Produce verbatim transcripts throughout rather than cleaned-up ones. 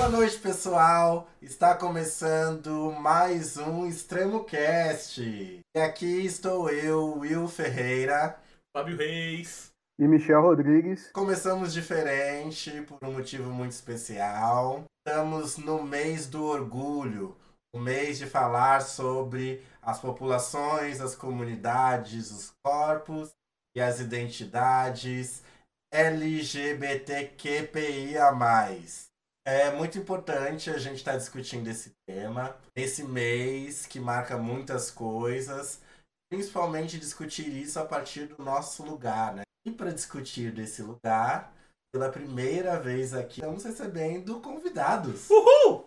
Boa noite, pessoal! Está começando mais um Extremo Cast. E aqui estou eu, Will Ferreira, Fábio Reis e Michel Rodrigues. Começamos diferente por um motivo muito especial. Estamos no mês do orgulho, o mês de falar sobre as populações, as comunidades, os corpos e as identidades L G B T Q I A mais. É muito importante a gente estar discutindo esse tema, esse mês que marca muitas coisas, principalmente discutir isso a partir do nosso lugar, né? E para discutir desse lugar, pela primeira vez aqui, estamos recebendo convidados. Uhul!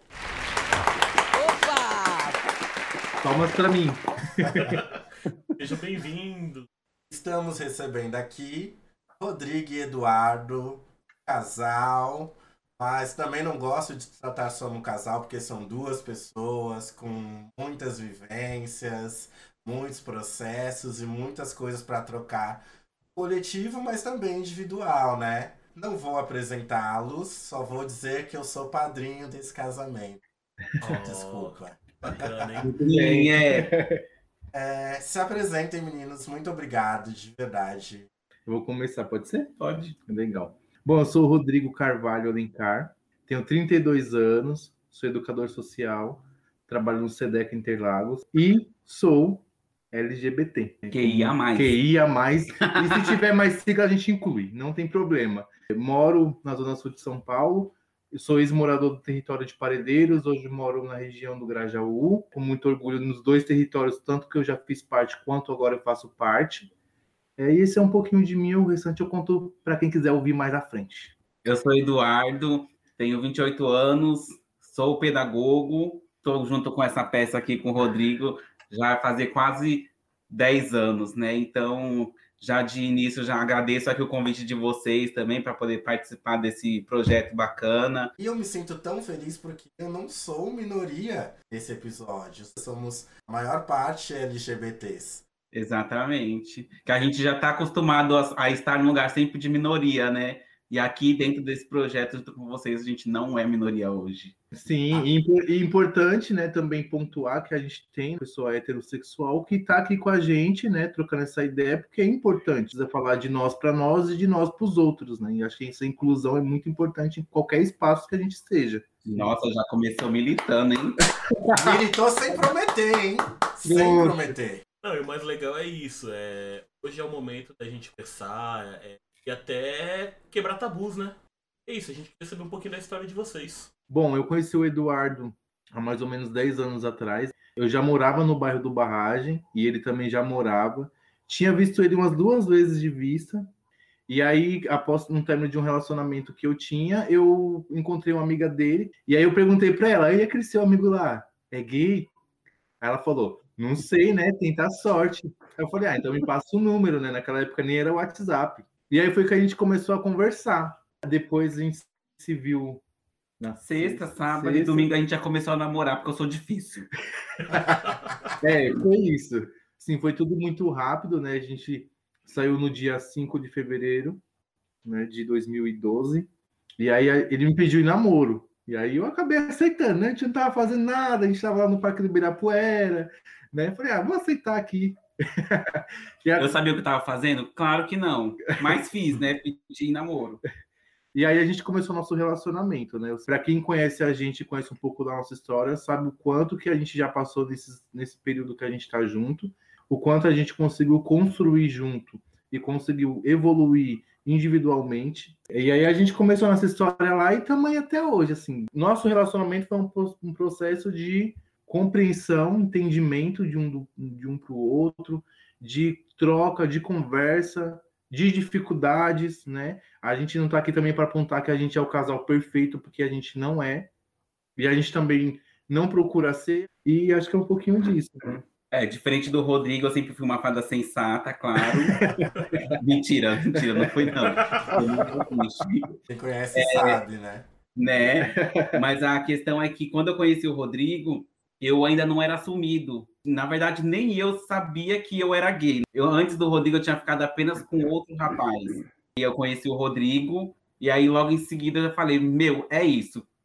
Opa! Palmas para mim. Sejam bem-vindos. Estamos recebendo aqui Rodrigo e Eduardo, casal, mas também não gosto de tratar só um casal, porque são duas pessoas com muitas vivências, muitos processos e muitas coisas para trocar. Coletivo, mas também individual, né? Não vou apresentá-los, só vou dizer que eu sou padrinho desse casamento. Oh, Desculpa. Bacana, hein? Muito bem, é. É, se apresentem, meninos. Muito obrigado, de verdade. Eu vou começar, pode ser? Pode. Legal. Bom, eu sou o Rodrigo Carvalho Alencar, tenho trinta e dois anos, sou educador social, trabalho no SEDEC Interlagos e sou L G B T. Q I A mais. Q I A mais. E se tiver mais sigla, a gente inclui, não tem problema. Eu moro na Zona Sul de São Paulo, eu sou ex-morador do território de Parelheiros, hoje moro na região do Grajaú, com muito orgulho nos dois territórios, tanto que eu já fiz parte quanto agora eu faço parte. É, e esse é um pouquinho de mim, o restante eu conto para quem quiser ouvir mais à frente. Eu sou Eduardo, tenho vinte e oito anos, sou pedagogo, estou junto com essa peça aqui com o Rodrigo, já vai fazer quase dez anos, né? Então, já de início, já agradeço aqui o convite de vocês também para poder participar desse projeto bacana. E eu me sinto tão feliz porque eu não sou minoria nesse episódio. Somos a maior parte L G B Ts. Exatamente. Que a gente já está acostumado a, a estar num lugar sempre de minoria, né? E aqui, dentro desse projeto, junto com vocês, a gente não é minoria hoje. Sim, ah. e importante, né, também pontuar que a gente tem uma pessoa heterossexual que está aqui com a gente, né, trocando essa ideia, porque é importante precisa falar de nós para nós e de nós para os outros, né? E acho que essa inclusão é muito importante em qualquer espaço que a gente esteja. Nossa, já começou militando, hein? Militou sem prometer, hein? Sem Nossa. prometer. Não, e o mais legal é isso. É... Hoje é o momento da gente conversar é... e até quebrar tabus, né? É isso, a gente quer saber um pouquinho da história de vocês. Bom, eu conheci o Eduardo há mais ou menos dez anos atrás. Eu já morava no bairro do Barragem e ele também já morava. Tinha visto ele umas duas vezes de vista. E aí, após um término de um relacionamento que eu tinha, eu encontrei uma amiga dele. E aí eu perguntei para ela, e aquele seu amigo lá, é gay? Aí ela falou, não sei, né? Tentar sorte. Eu falei, ah, então me passa o número, né? Naquela época nem era WhatsApp. E aí foi que a gente começou a conversar. Depois a gente se viu na sexta, sexta sábado sexta. e domingo a gente já começou a namorar, porque eu sou difícil. É, foi isso. Sim, foi tudo muito rápido, né? A gente saiu no dia cinco de fevereiro, né, de dois mil e doze. E aí ele me pediu em namoro. E aí eu acabei aceitando, né? A gente não tava fazendo nada, a gente tava lá no Parque do Ibirapuera, né? Falei, ah, vou aceitar aqui. A... Eu sabia o que eu tava fazendo? Claro que não. Mas fiz, né? Pedi em namoro. E aí a gente começou nosso relacionamento, né? Para quem conhece a gente, conhece um pouco da nossa história, sabe o quanto que a gente já passou nesse, nesse período que a gente tá junto, o quanto a gente conseguiu construir junto e conseguiu evoluir individualmente. E aí a gente começou nossa história lá e também até hoje, assim. Nosso relacionamento foi um, um processo de compreensão, entendimento de um, de um para o outro, de troca, de conversa, de dificuldades, né? A gente não tá aqui também para apontar que a gente é o casal perfeito, porque a gente não é. E a gente também não procura ser. E acho que é um pouquinho disso, né? É, diferente do Rodrigo, eu sempre fui uma fada sensata, claro. mentira, mentira, não foi não. Quem conhece é, sabe, né? Né? Mas a questão é que quando eu conheci o Rodrigo, eu ainda não era assumido. Na verdade, nem eu sabia que eu era gay. Eu, antes do Rodrigo, eu tinha ficado apenas com outro rapaz. E eu conheci o Rodrigo, e aí logo em seguida eu falei, meu, é isso.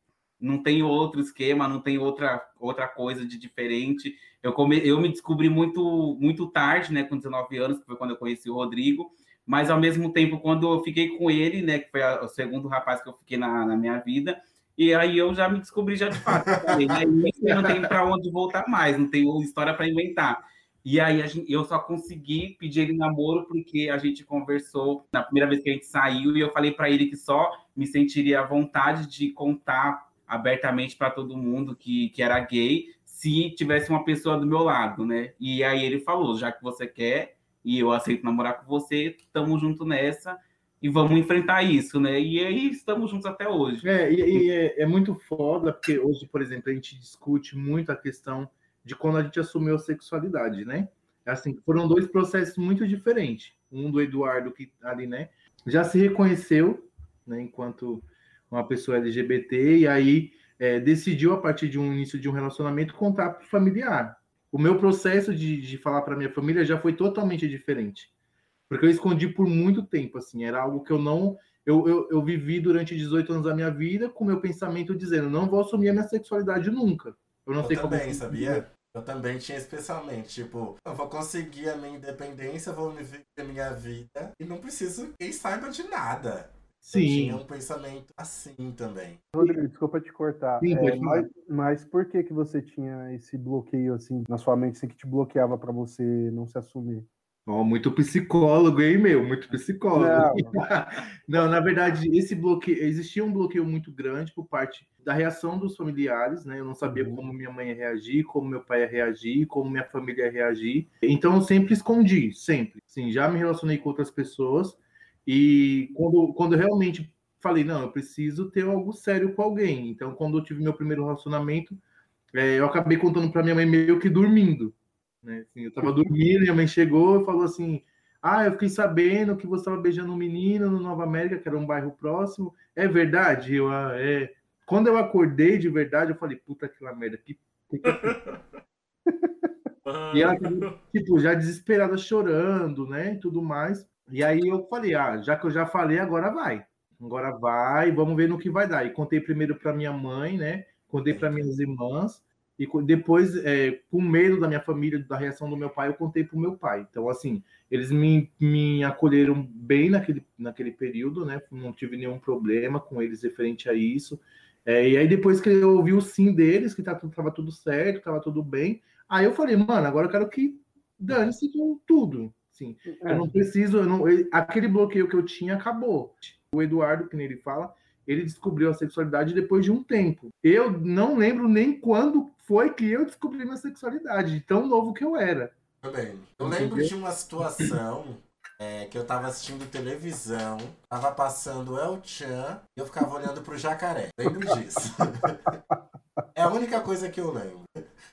não tem outro esquema, não tem outra, outra coisa de diferente. Eu, come, eu me descobri muito, muito tarde, né, com dezenove anos, que foi quando eu conheci o Rodrigo, mas ao mesmo tempo, quando eu fiquei com ele, né, que foi a, o segundo rapaz que eu fiquei na, na minha vida, e aí eu já me descobri já de fato. Falei, né, isso eu não tenho para onde voltar mais, não tenho história para inventar. E aí a gente, eu só consegui pedir ele namoro porque a gente conversou na primeira vez que a gente saiu e eu falei para ele que só me sentiria à vontade de contar abertamente para todo mundo que, que era gay se tivesse uma pessoa do meu lado, né? E aí ele falou, já que você quer e eu aceito namorar com você, estamos juntos nessa e vamos enfrentar isso, né? E aí estamos juntos até hoje. É, e, e é, é muito foda, porque hoje, por exemplo, a gente discute muito a questão de quando a gente assumiu a sexualidade, né? Assim, foram dois processos muito diferentes. Um do Eduardo, que ali, né, já se reconheceu, né, enquanto uma pessoa L G B T, e aí é, decidiu, a partir de um início de um relacionamento, contar para o familiar. O meu processo de, de falar para minha família já foi totalmente diferente. Porque eu escondi por muito tempo, assim, era algo que eu não... Eu, eu, eu vivi durante dezoito anos da minha vida com o meu pensamento dizendo, não vou assumir a minha sexualidade nunca. Eu não eu sei também, como... sabia? Eu também tinha especialmente, tipo, eu vou conseguir a minha independência, vou me viver a minha vida e não preciso que quem saiba de nada. Sim. Eu tinha um pensamento assim também. Rodrigo, desculpa te cortar. Sim, é, pode falar. mas, mas por que que você tinha esse bloqueio assim na sua mente, assim, que te bloqueava para você não se assumir? Oh, muito psicólogo, hein, meu? Muito psicólogo. Não. Não, na verdade, esse bloqueio, existia um bloqueio muito grande por parte da reação dos familiares, né? Eu não sabia Uhum. como minha mãe ia reagir, como meu pai ia reagir, como minha família ia reagir. Então, eu sempre escondi, sempre. Sim, já me relacionei com outras pessoas e quando, quando eu realmente falei, não, eu preciso ter algo sério com alguém. Então, quando eu tive meu primeiro relacionamento, é, eu acabei contando para minha mãe meio que dormindo. Né? Assim, eu tava dormindo, minha mãe chegou e falou assim, ah, eu fiquei sabendo que você estava beijando um menino no Nova América, que era um bairro próximo, é verdade? Eu, ah, é. Quando eu acordei de verdade, eu falei, puta que lá merda, que, que, que... E ela, tipo, já desesperada, chorando, né, e tudo mais, e aí eu falei, ah, já que eu já falei, agora vai, agora vai, vamos ver no que vai dar, e contei primeiro para minha mãe, né, contei para minhas irmãs, e depois, é, com medo da minha família, da reação do meu pai, eu contei para o meu pai. Então, assim, eles me, me acolheram bem naquele, naquele período, né? Não tive nenhum problema com eles referente a isso. É, e aí, depois que eu ouvi o sim deles, que estava tá, tudo certo, estava tudo bem, aí eu falei, mano, agora eu quero que dane-se com tudo. Assim, é. Eu não preciso... Eu não, aquele bloqueio que eu tinha acabou. O Eduardo, que nem ele fala, ele descobriu a sexualidade depois de um tempo. Eu não lembro nem quando foi que eu descobri minha sexualidade, de tão novo que eu era. Também. Eu lembro de uma situação é, que eu tava assistindo televisão, tava passando El Chan e eu ficava olhando pro jacaré. Lembro disso. É a única coisa que eu lembro.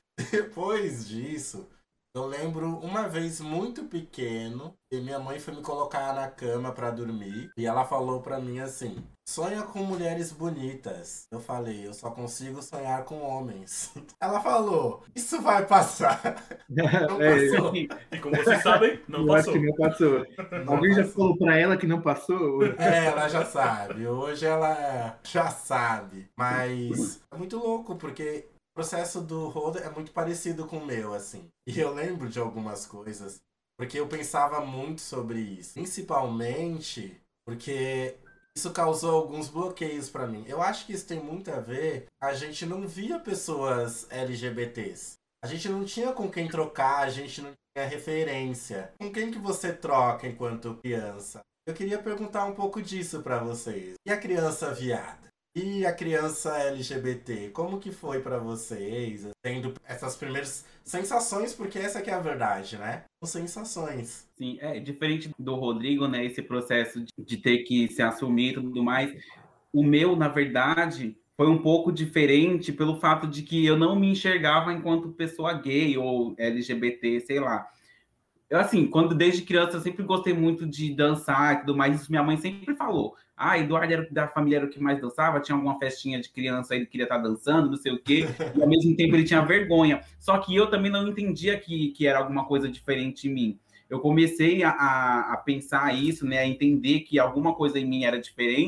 Depois disso, eu lembro uma vez muito pequeno, e minha mãe foi me colocar na cama pra dormir, e ela falou pra mim assim, sonha com mulheres bonitas. Eu falei, eu só consigo sonhar com homens. Ela falou, isso vai passar. Não É, passou. E como vocês sabem, não eu passou. acho que não passou. Não Alguém já passou. falou pra ela que não passou? É, ela já sabe. Hoje ela já sabe. Mas é muito louco, porque o processo do Rod é muito parecido com o meu, assim. E eu lembro de algumas coisas, porque eu pensava muito sobre isso. Principalmente porque isso causou alguns bloqueios pra mim. Eu acho que isso tem muito a ver, a gente não via pessoas L G B Ts. A gente não tinha com quem trocar, a gente não tinha referência. Com quem que você troca enquanto criança? Eu queria perguntar um pouco disso pra vocês. E a criança viada? E a criança L G B T? Como que foi pra vocês? Tendo essas primeiras sensações, porque essa que é a verdade, né? São sensações. Sim, é diferente do Rodrigo, né? Esse processo de, de ter que se assumir e tudo mais. O meu, na verdade, foi um pouco diferente pelo fato de que eu não me enxergava enquanto pessoa gay ou L G B T, sei lá. Eu, assim, quando desde criança eu sempre gostei muito de dançar e tudo mais, isso minha mãe sempre falou. Ah, Eduardo era, da família era o que mais dançava, tinha alguma festinha de criança, ele queria estar dançando, não sei o quê, e ao mesmo tempo ele tinha vergonha. Só que eu também não entendia que, que era alguma coisa diferente em mim. Eu comecei a, a, a pensar isso, né, a entender que alguma coisa em mim era diferente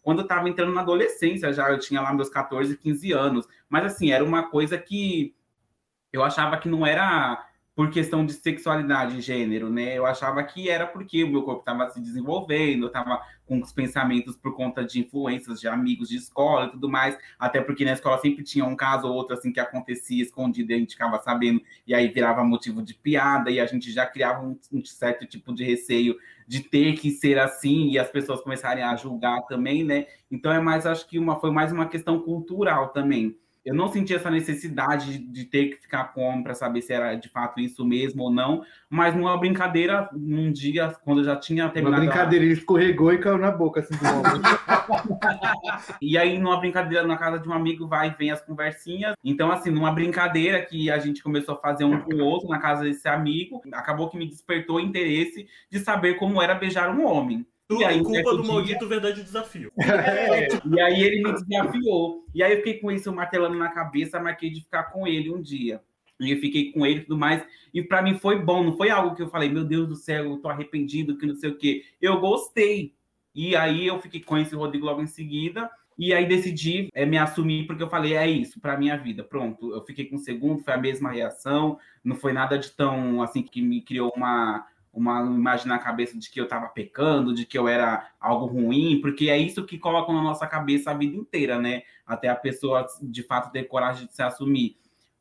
quando eu estava entrando na adolescência já, eu tinha lá meus catorze, quinze anos. Mas, assim, era uma coisa que eu achava que não era por questão de sexualidade e gênero, né? Eu achava que era porque o meu corpo estava se desenvolvendo, eu estava com os pensamentos por conta de influências de amigos de escola e tudo mais, até porque na escola sempre tinha um caso ou outro assim que acontecia escondido e a gente ficava sabendo, e aí virava motivo de piada, e a gente já criava um, um certo tipo de receio de ter que ser assim, e as pessoas começarem a julgar também, né? Então é mais, acho que uma, foi mais uma questão cultural também. Eu não senti essa necessidade de ter que ficar com homem para saber se era de fato isso mesmo ou não, mas numa brincadeira, num dia, quando eu já tinha terminado... Uma brincadeira, a... ele escorregou e caiu na boca, assim, do homem. E aí, numa brincadeira na casa de um amigo, vai e vem as conversinhas. Então, assim, numa brincadeira que a gente começou a fazer um com o outro na casa desse amigo, acabou que me despertou o interesse de saber como era beijar um homem. Tudo e aí, culpa do dia... maldito Verdade Desafio. É, e aí ele me desafiou. E aí eu fiquei com isso martelando na cabeça, marquei de ficar com ele um dia. E eu fiquei com ele e tudo mais. E para mim foi bom, não foi algo que eu falei, meu Deus do céu, eu tô arrependido, que não sei o quê. Eu gostei. E aí eu fiquei com esse Rodrigo logo em seguida. E aí decidi é, me assumir, porque eu falei, é isso, para minha vida. Pronto, eu fiquei com o segundo, foi a mesma reação. Não foi nada de tão, assim, que me criou uma... uma imagem na cabeça de que eu estava pecando, de que eu era algo ruim, porque é isso que colocam na nossa cabeça a vida inteira, né? Até a pessoa, de fato, ter coragem de se assumir.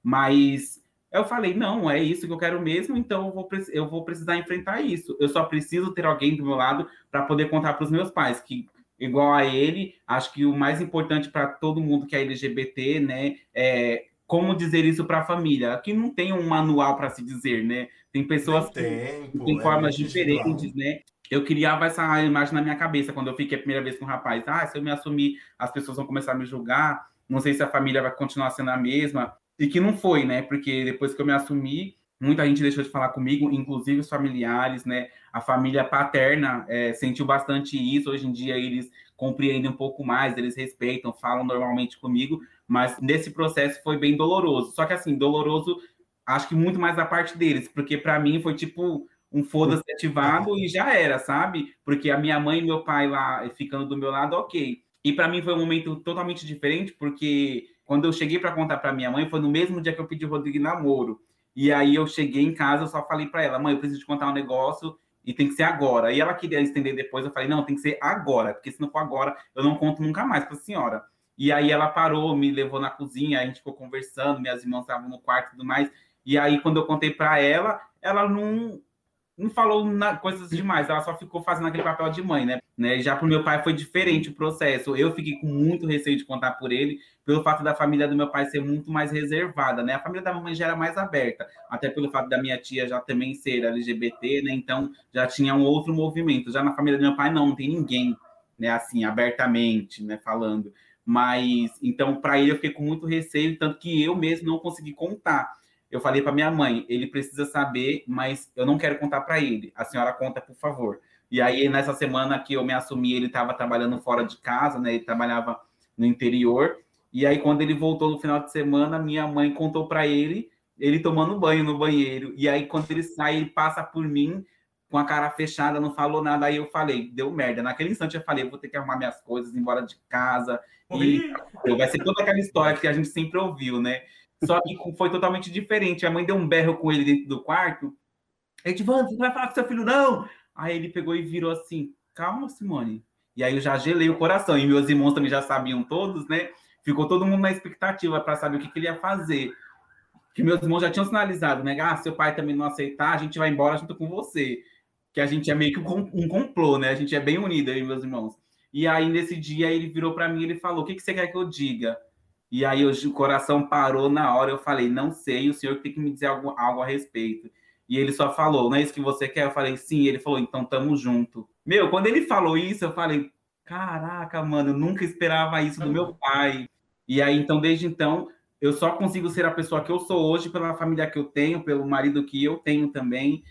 Mas eu falei, não, é isso que eu quero mesmo, então eu vou, eu vou precisar enfrentar isso. Eu só preciso ter alguém do meu lado para poder contar para os meus pais, que, igual a ele, acho que o mais importante para todo mundo que é L G B T, né, é como dizer isso para a família. Aqui não tem um manual para se dizer, né? Tem pessoas que tempo, têm é formas muito diferentes, individual. né? Eu criava essa imagem na minha cabeça quando eu fiquei a primeira vez com o rapaz. Ah, se eu me assumir, as pessoas vão começar a me julgar. Não sei se a família vai continuar sendo a mesma. E que não foi, né? Porque depois que eu me assumi, muita gente deixou de falar comigo, inclusive os familiares, né? A família paterna é, sentiu bastante isso. Hoje em dia eles compreendem um pouco mais, eles respeitam, falam normalmente comigo. Mas nesse processo foi bem doloroso. Só que assim, doloroso, acho que muito mais da parte deles, porque para mim foi tipo um foda-se ativado e já era, sabe? Porque a minha mãe e meu pai lá ficando do meu lado, ok. E para mim foi um momento totalmente diferente, porque quando eu cheguei para contar para minha mãe, foi no mesmo dia que eu pedi o Rodrigo em namoro. E aí eu cheguei em casa, eu só falei para ela, mãe, eu preciso te contar um negócio e tem que ser agora. E ela queria estender depois, eu falei, não, tem que ser agora, porque se não for agora, eu não conto nunca mais para a senhora. E aí ela parou, me levou na cozinha, a gente ficou conversando, minhas irmãs estavam no quarto e tudo mais. E aí, quando eu contei para ela, ela não, não falou na, coisas demais, ela só ficou fazendo aquele papel de mãe, né? né? Já pro meu pai foi diferente o processo. Eu fiquei com muito receio de contar por ele, pelo fato da família do meu pai ser muito mais reservada, né? A família da mamãe já era mais aberta, até pelo fato da minha tia já também ser L G B T, né? Então, já tinha um outro movimento. Já na família do meu pai, não, não tem ninguém, né? Assim, abertamente, né? Falando. Mas, então, para ele eu fiquei com muito receio, tanto que eu mesmo não consegui contar. Eu falei para minha mãe, ele precisa saber, mas eu não quero contar para ele. A senhora conta, por favor. E aí, nessa semana que eu me assumi, ele estava trabalhando fora de casa, né? Ele trabalhava no interior. E aí, quando ele voltou no final de semana, minha mãe contou para ele, ele tomando banho no banheiro. E aí, quando ele sai, ele passa por mim com a cara fechada, não falou nada. Aí eu falei, deu merda. Naquele instante eu falei, vou ter que arrumar minhas coisas, ir embora de casa. E vai ser toda aquela história que a gente sempre ouviu, né? Só que foi totalmente diferente. A mãe deu um berro com ele dentro do quarto. Edvan, você não vai falar com seu filho, não? Aí ele pegou e virou assim, calma, Simone. E aí eu já gelei o coração. E meus irmãos também já sabiam todos, né? Ficou todo mundo na expectativa para saber o que, que ele ia fazer. Que meus irmãos já tinham sinalizado, né? Ah, seu pai também não aceitar, a gente vai embora junto com você. Que a gente é meio que um, um complô, né? A gente é bem unido, aí, meus irmãos. E aí, nesse dia, ele virou para mim e ele falou, o que, que você quer que eu diga? E aí, eu, o coração parou na hora. Eu falei, não sei, o senhor tem que me dizer algo, algo a respeito. E ele só falou, não é isso que você quer? Eu falei, sim. Ele falou, então tamo junto. Meu, quando ele falou isso, eu falei, caraca, mano, eu nunca esperava isso do meu pai. E aí, então, desde então, eu só consigo ser a pessoa que eu sou hoje pela família que eu tenho, pelo marido que eu tenho também.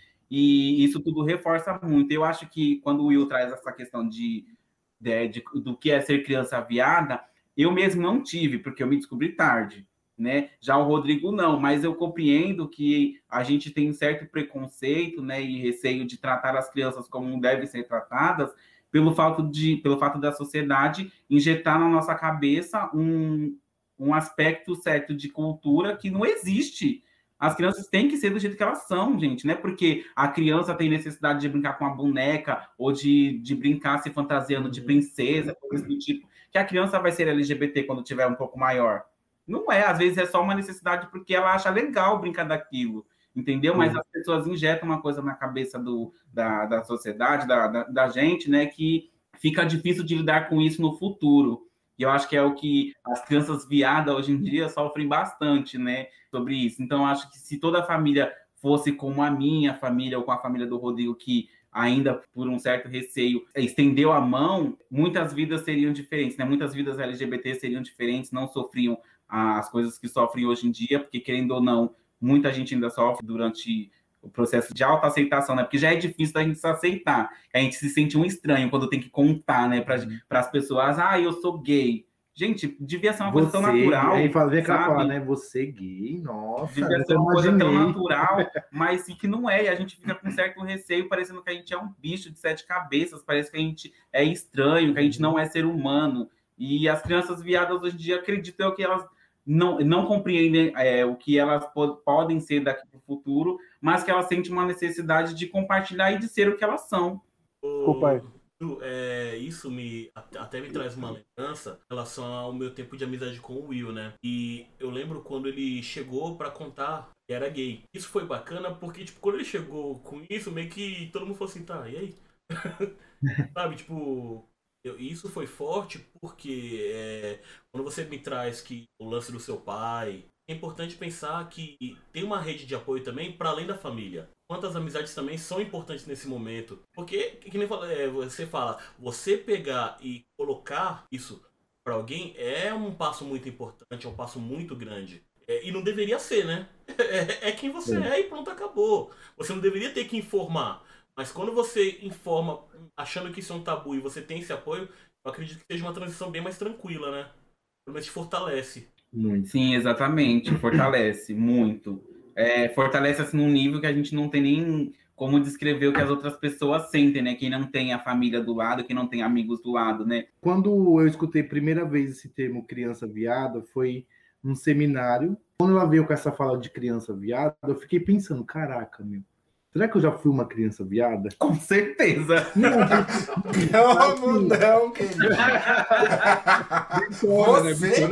E isso tudo reforça muito. Eu acho que quando o Will traz essa questão de, de, de do que é ser criança viada, eu mesmo não tive, porque eu me descobri tarde, né? Já o Rodrigo não, mas eu compreendo que a gente tem um certo preconceito, né, e receio de tratar as crianças como devem ser tratadas, pelo fato, de, pelo fato da sociedade injetar na nossa cabeça um, um aspecto certo de cultura que não existe. As crianças têm que ser do jeito que elas são, gente, não é porque a criança tem necessidade de brincar com uma boneca ou de, de brincar se fantasiando de princesa, coisas do tipo, que a criança vai ser L G B T quando tiver um pouco maior. Não é, às vezes é só uma necessidade porque ela acha legal brincar daquilo, entendeu? Mas as pessoas injetam uma coisa na cabeça do, da, da sociedade, da, da, da gente, né, que fica difícil de lidar com isso no futuro. E eu acho que é o que as crianças viadas hoje em dia sofrem bastante, né, sobre isso. Então, eu acho que se toda a família fosse como a minha família ou com a família do Rodrigo, que ainda por um certo receio estendeu a mão, muitas vidas seriam diferentes, né? Muitas vidas L G B T seriam diferentes, não sofriam as coisas que sofrem hoje em dia, porque, querendo ou não, muita gente ainda sofre durante o processo de autoaceitação, né? Porque já é difícil da gente se aceitar. A gente se sente um estranho quando tem que contar, né, para as pessoas, ah, eu sou gay. Gente, devia ser uma coisa Você, tão natural. aí fala, vem cá sabe? falar, né? Você gay, nossa. Devia ser uma coisa tão natural, mas sim que não é. E a gente fica com um certo receio, parecendo que a gente é um bicho de sete cabeças, parece que a gente é estranho, que a gente não é ser humano. E as crianças viadas hoje em dia acreditam que elas não, não compreendem é, o que elas po podem ser daqui para o futuro, mas que elas sentem uma necessidade de compartilhar e de ser o que elas são. Desculpa aí. É, isso me até me traz uma lembrança em relação ao meu tempo de amizade com o Will, né? E eu lembro quando ele chegou pra contar que era gay. Isso foi bacana porque, tipo, quando ele chegou com isso, meio que todo mundo falou assim, tá, e aí? Sabe, tipo, eu, isso foi forte porque é, quando você me traz que o lance do seu pai, é importante pensar que tem uma rede de apoio também para além da família. Quantas amizades também são importantes nesse momento. Porque, que nem você fala, você pegar e colocar isso para alguém é um passo muito importante, é um passo muito grande. É, e não deveria ser, né? É, é quem você é. é e pronto, acabou. Você não deveria ter que informar. Mas quando você informa achando que isso é um tabu e você tem esse apoio, eu acredito que seja uma transição bem mais tranquila, né? Pelo menos te fortalece. Muito. Sim, exatamente. Fortalece muito. É, fortalece assim num nível que a gente não tem nem como descrever o que as outras pessoas sentem, né? Quem não tem a família do lado, quem não tem amigos do lado, né? Quando eu escutei a primeira vez esse termo criança viada, foi num seminário. Quando ela veio com essa fala de criança viada, eu fiquei pensando, caraca, meu, será que eu já fui uma criança viada? Com certeza! Como não, querido? Você,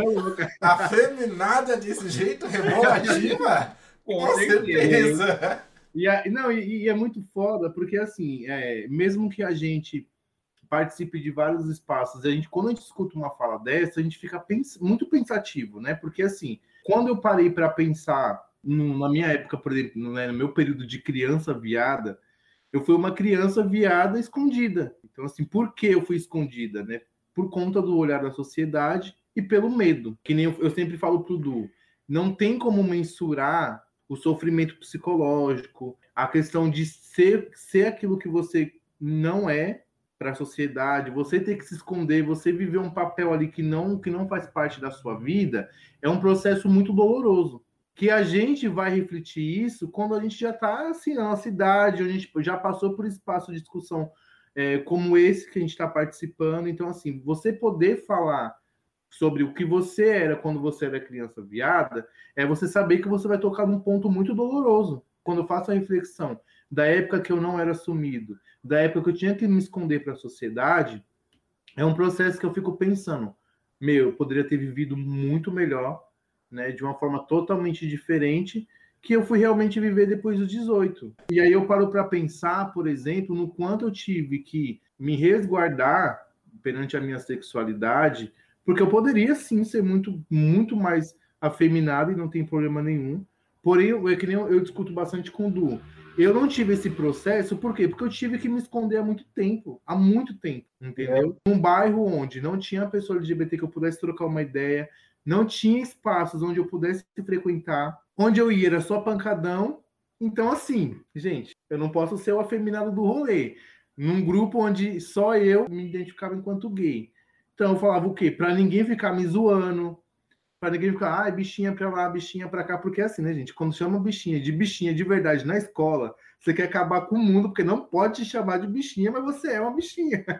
afeminada desse jeito, rebolativa? Com, Com certeza! certeza. E, a, não, e, e é muito foda, porque assim, é, mesmo que a gente participe de vários espaços, a gente, quando a gente escuta uma fala dessa, a gente fica pens muito pensativo, né? Porque assim, quando eu parei para pensar no, na minha época, por exemplo, no, né, no meu período de criança viada, eu fui uma criança viada escondida. Então, assim, por que eu fui escondida, né? Por conta do olhar da sociedade e pelo medo. Que nem eu, eu sempre falo pro Du, não tem como mensurar o sofrimento psicológico, a questão de ser, ser aquilo que você não é para a sociedade, você ter que se esconder, você viver um papel ali que não, que não faz parte da sua vida, é um processo muito doloroso. Que a gente vai refletir isso quando a gente já está assim, na nossa idade, a gente já passou por espaço de discussão é, como esse que a gente está participando. Então, assim, você poder falar sobre o que você era quando você era criança viada, é você saber que você vai tocar num ponto muito doloroso. Quando eu faço a reflexão da época que eu não era assumido, da época que eu tinha que me esconder para a sociedade, é um processo que eu fico pensando, meu, eu poderia ter vivido muito melhor, né, de uma forma totalmente diferente, que eu fui realmente viver depois dos dezoito. E aí eu paro para pensar, por exemplo, no quanto eu tive que me resguardar perante a minha sexualidade, porque eu poderia sim ser muito, muito mais afeminado e não tem problema nenhum. Porém, é que nem eu, eu discuto bastante com o Du. Eu não tive esse processo, por quê? Porque eu tive que me esconder há muito tempo, há muito tempo, entendeu? É. Num bairro onde não tinha pessoa L G B T que eu pudesse trocar uma ideia, não tinha espaços onde eu pudesse frequentar, onde eu ia era só pancadão. Então, assim, gente, eu não posso ser o afeminado do rolê, num grupo onde só eu me identificava enquanto gay. Então, eu falava o quê? Pra ninguém ficar me zoando, pra ninguém ficar, ai, bichinha pra lá, bichinha pra cá, porque é assim, né, gente? Quando chama bichinha de bichinha de verdade na escola, você quer acabar com o mundo, porque não pode te chamar de bichinha, mas você é uma bichinha.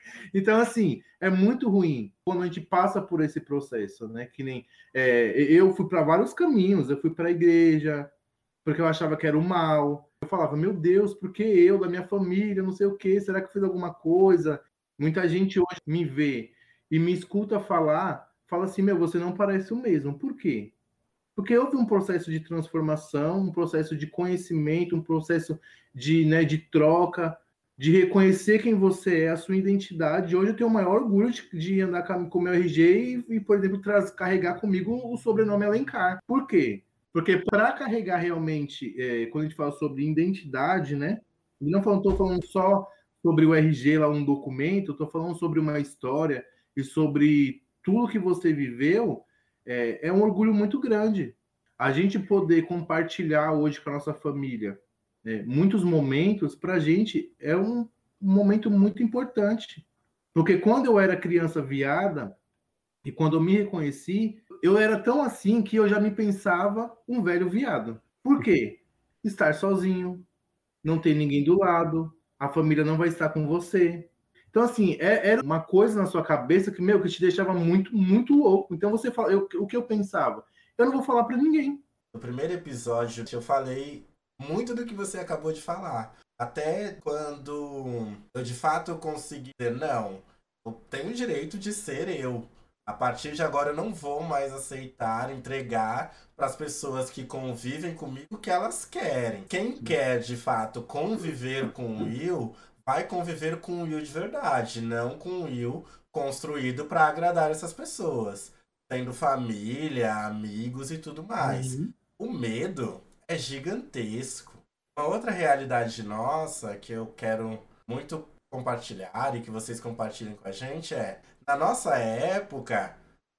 Então, assim, é muito ruim quando a gente passa por esse processo, né? Que nem é, eu fui para vários caminhos, eu fui para a igreja, porque eu achava que era o mal. Eu falava, meu Deus, por que eu, da minha família, não sei o quê, será que eu fiz alguma coisa? Muita gente hoje me vê e me escuta falar, fala assim, meu, você não parece o mesmo. Por quê? Porque houve um processo de transformação, um processo de conhecimento, um processo de, né, de troca, de reconhecer quem você é, a sua identidade. Hoje eu tenho o maior orgulho de, de andar com o meu R G e, e por exemplo, traz, carregar comigo o sobrenome Alencar. Por quê? Porque para carregar realmente, é, quando a gente fala sobre identidade, né? Eu não estou falando só sobre o R G, lá um documento, eu estou falando sobre uma história e sobre tudo que você viveu, é, é um orgulho muito grande. A gente poder compartilhar hoje com a nossa família é, muitos momentos, para a gente, é um, um momento muito importante. Porque quando eu era criança viada, e quando eu me reconheci, eu era tão assim que eu já me pensava um velho viado. Por quê? Estar sozinho, não ter ninguém do lado, a família não vai estar com você. Então, assim, é, era uma coisa na sua cabeça que, meu, que te deixava muito, muito louco. Então, você fala, eu, o que eu pensava? Eu não vou falar para ninguém. No primeiro episódio, eu falei muito do que você acabou de falar. Até quando eu, de fato, consegui dizer, não, eu tenho o direito de ser eu. A partir de agora eu não vou mais aceitar, entregar para as pessoas que convivem comigo o que elas querem. Quem quer, de fato, conviver com o Will, vai conviver com o Will de verdade, não com o Will construído para agradar essas pessoas. Tendo família, amigos e tudo mais. Uhum. O medo é gigantesco. Uma outra realidade nossa que eu quero muito compartilhar e que vocês compartilhem com a gente é, na nossa época,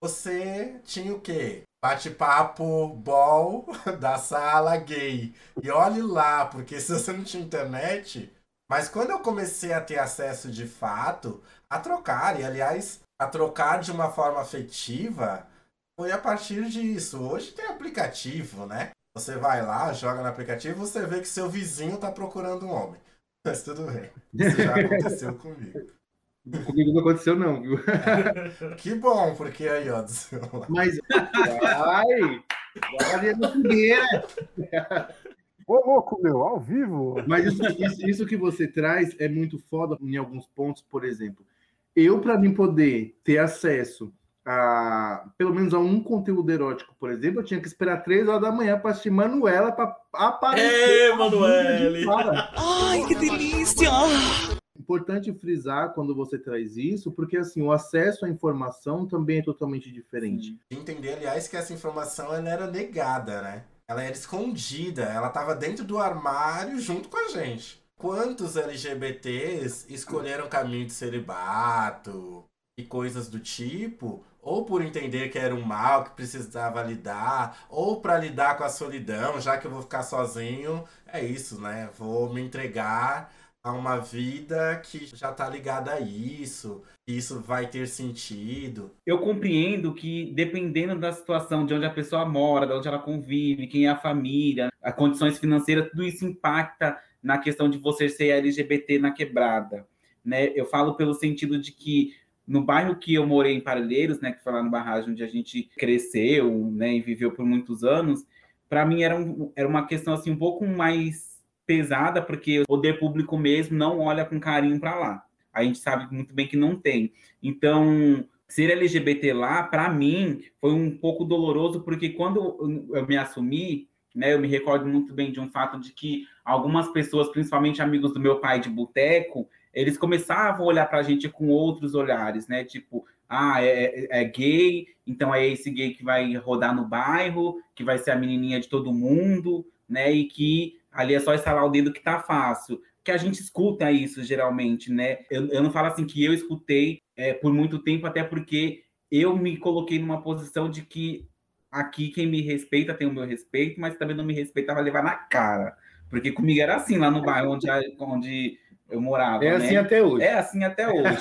você tinha o quê? Bate-papo ball da sala gay. E olhe lá, porque se você não tinha internet... Mas quando eu comecei a ter acesso de fato a trocar, e aliás, a trocar de uma forma afetiva, foi a partir disso. Hoje tem aplicativo, né? Você vai lá, joga no aplicativo, você vê que seu vizinho tá procurando um homem. Mas tudo bem. Isso já aconteceu comigo. Comigo não aconteceu, não, viu? Que bom, porque aí, ó, do seu lado. Mas, ai, olha na fogueira. Ô, louco, meu, ao vivo. Mas isso, isso, isso que você traz é muito foda em alguns pontos, por exemplo. Eu, para mim poder ter acesso a, pelo menos a um conteúdo erótico, por exemplo, eu tinha que esperar três horas da manhã para assistir Manuela para aparecer. Ê, Manuele! Ai, que delícia! Importante frisar quando você traz isso, porque assim, o acesso à informação também é totalmente diferente. Entender, aliás, que essa informação ela era negada, né? Ela era escondida, ela estava dentro do armário junto com a gente. Quantos L G B Ts escolheram caminho de celibato e coisas do tipo, ou por entender que era um mal que precisava lidar, ou para lidar com a solidão, já que eu vou ficar sozinho, é isso, né? Vou me entregar a uma vida que já está ligada a isso, e isso vai ter sentido. Eu compreendo que, dependendo da situação, de onde a pessoa mora, de onde ela convive, quem é a família, as condições financeiras, tudo isso impacta na questão de você ser L G B T na quebrada, né? Eu falo pelo sentido de que no bairro que eu morei em Parelheiros, né, que foi lá no Barragem onde a gente cresceu, né, e viveu por muitos anos, para mim era, um, era uma questão assim um pouco mais pesada, porque o poder público mesmo não olha com carinho para lá. A gente sabe muito bem que não tem. Então, ser L G B T lá, para mim, foi um pouco doloroso, porque quando eu me assumi, né, eu me recordo muito bem de um fato de que algumas pessoas, principalmente amigos do meu pai de boteco, eles começavam a olhar para a gente com outros olhares, né? Tipo, ah, é, é gay, então é esse gay que vai rodar no bairro, que vai ser a menininha de todo mundo, né? E que ali é só estalar o dedo que tá fácil. Que a gente escuta isso, geralmente, né? Eu, eu não falo assim que eu escutei é, por muito tempo, até porque eu me coloquei numa posição de que aqui quem me respeita tem o meu respeito, mas também não me respeita vai levar na cara. Porque comigo era assim, lá no bairro onde, onde eu morava, É né? assim até hoje. É assim até hoje.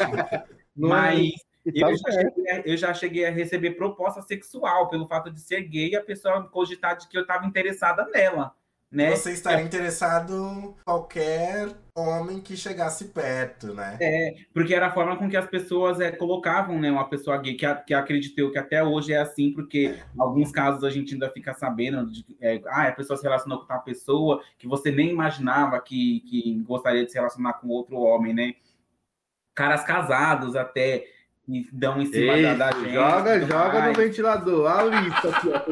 Mas Tá eu já, cheguei a, eu já cheguei a receber proposta sexual pelo fato de ser gay e a pessoa cogitar de que eu estava interessada nela. né? Você estaria interessado em qualquer homem que chegasse perto, né? É, porque era a forma com que as pessoas é, colocavam, né, uma pessoa gay, que, a, que acreditou que até hoje é assim, porque em alguns casos a gente ainda fica sabendo de é, ah, a pessoa se relacionou com tal pessoa que você nem imaginava que, que gostaria de se relacionar com outro homem, né? Caras casados até, que dão em cima Ei, da, da gente. joga, joga mais. no ventilador. A lista aqui, ó, que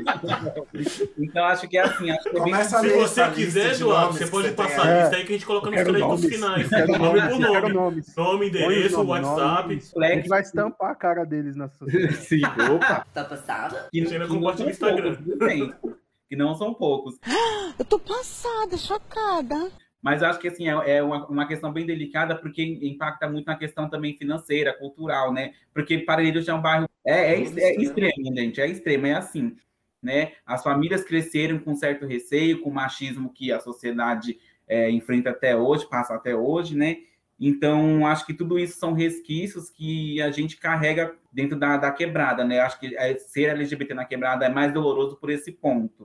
ele fez. Então, acho que é assim. Acho que é bem... Começa a Se ler você essa quiser, lista de Eduardo, nomes você que pode você tem passar aí. a lista aí que a gente coloca Eu nos quero créditos nomes, finais. eu quero Nome nomes, por eu quero nome. nomes. Nome, Põe os endereço, nomes, WhatsApp. nomes. A gente vai estampar a cara deles na sociedade. Sim, opa. Tá passada? Que, Você ainda que não compartilha são no Instagram. poucos, viu, gente? Que não são poucos. Eu tô passada, chocada. Mas eu acho que assim, é, é uma, uma questão bem delicada, porque impacta muito na questão também financeira, cultural, né? Porque Parelheiros é um bairro. É, é, é extremo, gente, é extremo, é assim. Né? As famílias cresceram com certo receio, com o machismo que a sociedade é, enfrenta até hoje, passa até hoje, né? Então, acho que tudo isso são resquícios que a gente carrega dentro da, da quebrada, né? Acho que é, ser L G B T na quebrada é mais doloroso por esse ponto.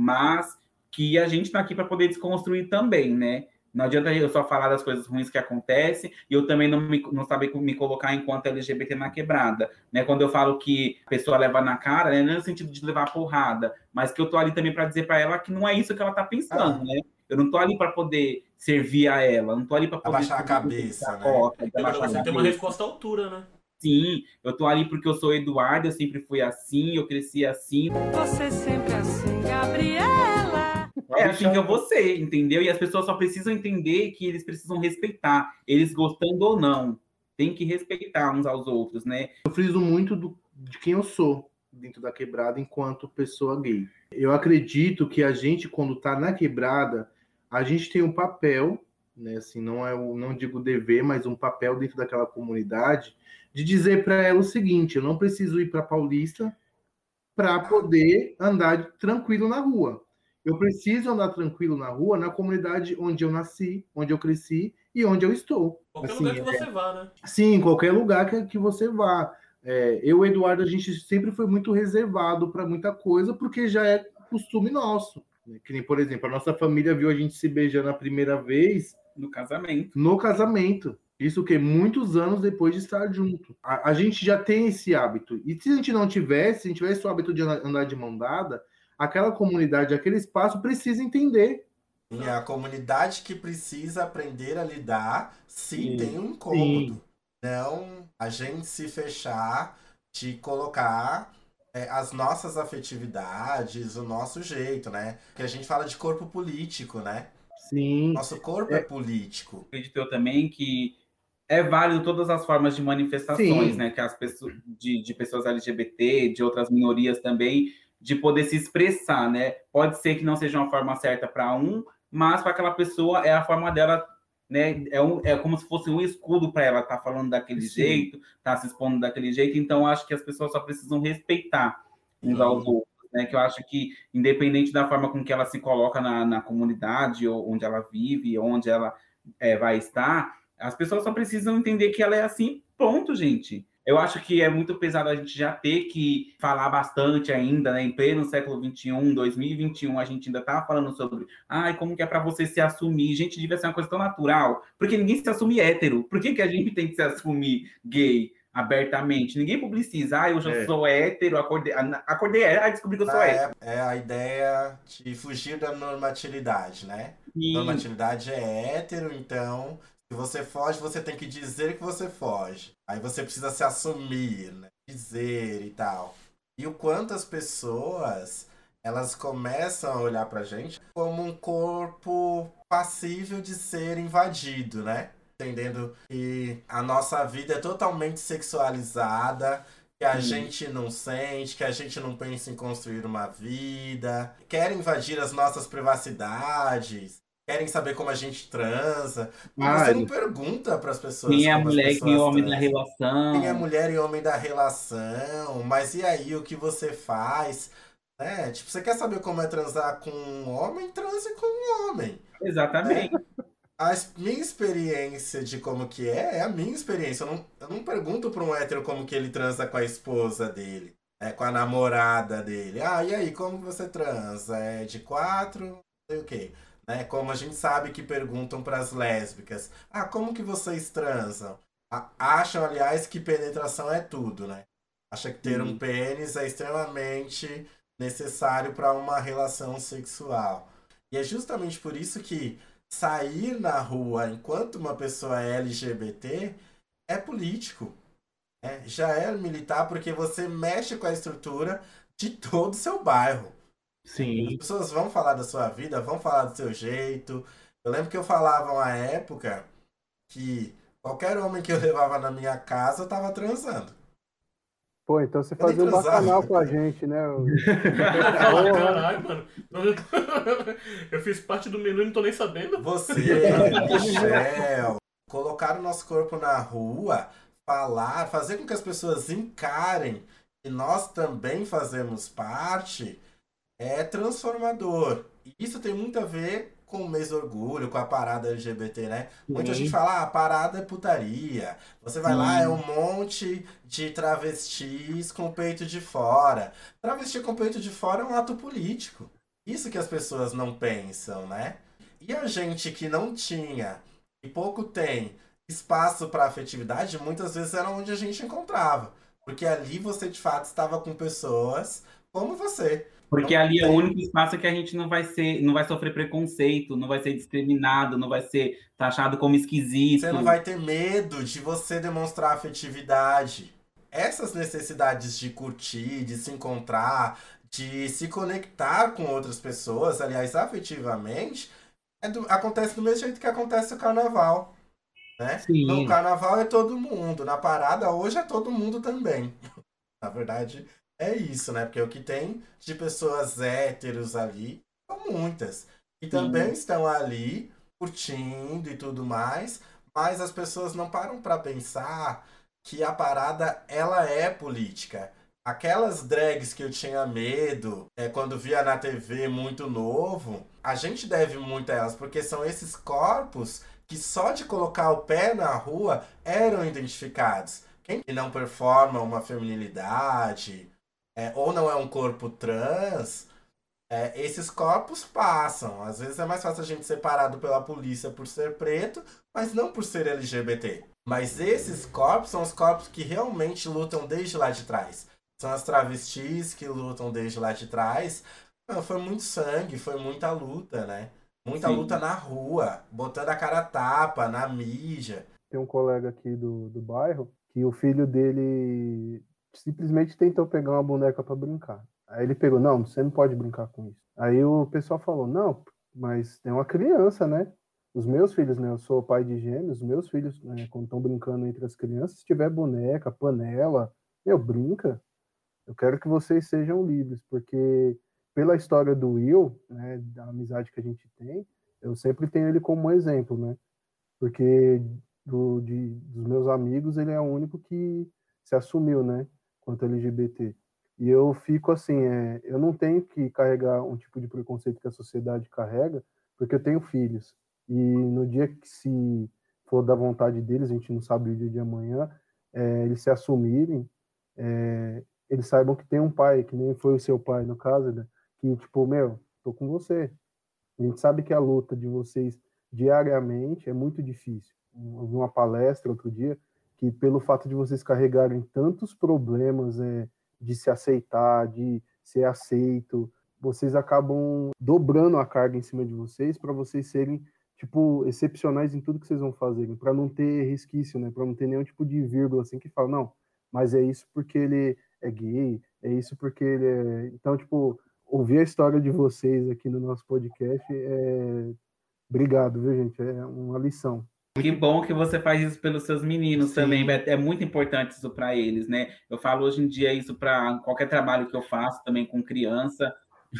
Mas que a gente está aqui para poder desconstruir também, né? Não adianta eu só falar das coisas ruins que acontecem e eu também não, me, não saber me colocar enquanto L G B T na quebrada, né? Quando eu falo que a pessoa leva na cara, né? Não é no sentido de levar porrada, mas que eu tô ali também para dizer para ela que não é isso que ela tá pensando, ah. né? Eu não tô ali para poder servir a ela, não tô ali para poder... Abaixar a cabeça, né? Porta, Você abaixar tem uma resposta à altura, né? Sim, eu tô ali porque eu sou Eduardo, eu sempre fui assim, eu cresci assim. Você sempre assim, Gabriela. É assim que eu vou ser, entendeu? E as pessoas só precisam entender que eles precisam respeitar, eles gostando ou não. Tem que respeitar uns aos outros, né? Eu friso muito do, de quem eu sou dentro da quebrada enquanto pessoa gay. Eu acredito que a gente, quando tá na quebrada, a gente tem um papel, né? Assim, não é o, não digo dever, mas um papel dentro daquela comunidade de dizer para ela o seguinte: eu não preciso ir para Paulista para poder andar tranquilo na rua. Eu preciso andar tranquilo na rua, na comunidade onde eu nasci, onde eu cresci e onde eu estou. Qualquer assim, lugar que é... você vá, né? Sim, qualquer lugar que, que você vá. É, eu e o Eduardo, a gente sempre foi muito reservado para muita coisa, porque já é costume nosso. Né? Que nem, por exemplo, a nossa família viu a gente se beijando a primeira vez no casamento. No casamento. Isso que muitos anos depois de estar junto. A, a gente já tem esse hábito. E se a gente não tivesse, se a gente tivesse o hábito de andar de mão dada, aquela comunidade, aquele espaço precisa entender. E a comunidade que precisa aprender a lidar se Sim. tem um incômodo. Sim. Não a gente se fechar de colocar é, as nossas afetividades, o nosso jeito, né? Porque a gente fala de corpo político, né? Sim. Nosso corpo é, é político. Acredito eu também que é válido todas as formas de manifestações, Sim. né? Que as pessoas de, de pessoas L G B T, de outras minorias também, de poder se expressar, né? Pode ser que não seja uma forma certa para um, mas para aquela pessoa é a forma dela, né? É, um, é como se fosse um escudo para ela estar tá falando daquele Sim. jeito, tá se expondo daquele jeito. Então, acho que as pessoas só precisam respeitar uns aos outros. Né, que eu acho que, independente da forma com que ela se coloca na, na comunidade, ou onde ela vive, onde ela é, vai estar, as pessoas só precisam entender que ela é assim, ponto, gente. Eu acho que é muito pesado a gente já ter que falar bastante ainda, né, em pleno século vinte e um, dois mil e vinte e um, a gente ainda tá falando sobre ai, como que é para você se assumir. Gente, devia ser uma coisa tão natural, porque ninguém se assume hétero. Por que, que a gente tem que se assumir gay? Abertamente. Ninguém publiciza. Ah, eu já é. sou hétero, acordei, acordei ah, descobri que eu sou é, hétero. É a ideia de fugir da normatividade, né? Sim. Normatividade é hétero, então se você foge, você tem que dizer que você foge. Aí você precisa se assumir, né? Dizer e tal. E o quanto as pessoas, elas começam a olhar pra gente como um corpo passível de ser invadido, né? Entendendo que a nossa vida é totalmente sexualizada, que a hum. gente não sente, que a gente não pensa em construir uma vida, querem invadir as nossas privacidades, querem saber como a gente transa. Mas você não pergunta para as pessoas quem é a como mulher as e o homem transam. da relação. Quem é a mulher e o homem da relação, mas e aí, o que você faz? Né? Tipo, você quer saber como é transar com um homem? Transe com um homem. Exatamente. Né? A minha experiência de como que é, é a minha experiência. Eu não, eu não pergunto para um hétero como que ele transa com a esposa dele, é, com a namorada dele. Ah, e aí, como você transa? É de quatro? sei o quê. Né? Como a gente sabe que perguntam para as lésbicas, ah, como que vocês transam? A- acham, aliás, que penetração é tudo, né? Acha que ter um Sim. pênis é extremamente necessário para uma relação sexual. E é justamente por isso que sair na rua enquanto uma pessoa é L G B T é político. Né? Já é militar porque você mexe com a estrutura de todo o seu bairro. As Sim. pessoas vão falar da sua vida, vão falar do seu jeito. Eu lembro que eu falava uma época que qualquer homem que eu levava na minha casa, eu tava transando. Pô, então você Eu nem fazia um transava. bacanal com a gente, né? O- Ah, Porra. caralho, mano. Eu fiz parte do menu e não tô nem sabendo. Você, Michel, colocar o nosso corpo na rua, falar, fazer com que as pessoas encarem que nós também fazemos parte, é transformador. E isso tem muito a ver com o mês do orgulho, com a parada L G B T, né? Muita Sim. gente fala, ah, a parada é putaria. Você vai Sim. lá, é um monte de travestis com o peito de fora. Travesti com o peito de fora é um ato político. Isso que as pessoas não pensam, né? E a gente que não tinha e pouco tem espaço para afetividade, muitas vezes era onde a gente encontrava. Porque ali você de fato estava com pessoas como você. Porque Não ali é o tem- único espaço que a gente não vai ser, não vai sofrer preconceito, não vai ser discriminado, não vai ser taxado como esquisito. Você não vai ter medo de você demonstrar afetividade. Essas necessidades de curtir, de se encontrar, de se conectar com outras pessoas, aliás, afetivamente, é do- acontece do mesmo jeito que acontece no carnaval. Né? Sim. No carnaval é todo mundo, na parada hoje é todo mundo também. Na verdade, é isso, né? Porque o que tem de pessoas héteros ali são muitas. E também estão ali curtindo e tudo mais, mas as pessoas não param para pensar que a parada ela é política. Aquelas drags que eu tinha medo é, quando via na T V muito novo, a gente deve muito a elas, porque são esses corpos que só de colocar o pé na rua eram identificados. Quem não performa uma feminilidade, é, ou não é um corpo trans, é, esses corpos passam. Às vezes é mais fácil a gente ser parado pela polícia por ser preto, mas não por ser L G B T. Mas esses corpos são os corpos que realmente lutam desde lá de trás. São as travestis que lutam desde lá de trás. Não, foi muito sangue, foi muita luta, né? Muita Sim. luta na rua, botando a cara a tapa, na mídia. Tem um colega aqui do, do bairro que o filho dele simplesmente tentou pegar uma boneca para brincar. Aí ele pegou, não, você não pode brincar com isso. Aí o pessoal falou, não, mas tem uma criança, né? Os meus filhos, né? Eu sou pai de gêmeos, os meus filhos, né, quando estão brincando entre as crianças, se tiver boneca, panela, meu, brinca. Eu quero que vocês sejam livres, porque pela história do Will, né, da amizade que a gente tem, eu sempre tenho ele como um exemplo, né? Porque do, de, dos meus amigos, ele é o único que se assumiu, né, quanto L G B T. E eu fico assim, é, eu não tenho que carregar um tipo de preconceito que a sociedade carrega, porque eu tenho filhos. E no dia que se for da vontade deles, a gente não sabe o dia de amanhã, é, eles se assumirem, é, eles saibam que tem um pai, que nem foi o seu pai, no caso, né, que tipo, meu, tô com você. A gente sabe que a luta de vocês diariamente é muito difícil. Eu vi uma palestra outro dia que pelo fato de vocês carregarem tantos problemas é, de se aceitar, de ser aceito, vocês acabam dobrando a carga em cima de vocês para vocês serem tipo excepcionais em tudo que vocês vão fazerem, para não ter resquício, né? Para não ter nenhum tipo de vírgula assim que fala, não, mas é isso porque ele é gay, é isso porque ele é... Então, tipo, ouvir a história de vocês aqui no nosso podcast é... Obrigado, viu, gente? É uma lição. Que bom que você faz isso pelos seus meninos Sim. também, Beto. É muito importante isso para eles, né? Eu falo hoje em dia isso para qualquer trabalho que eu faço também com criança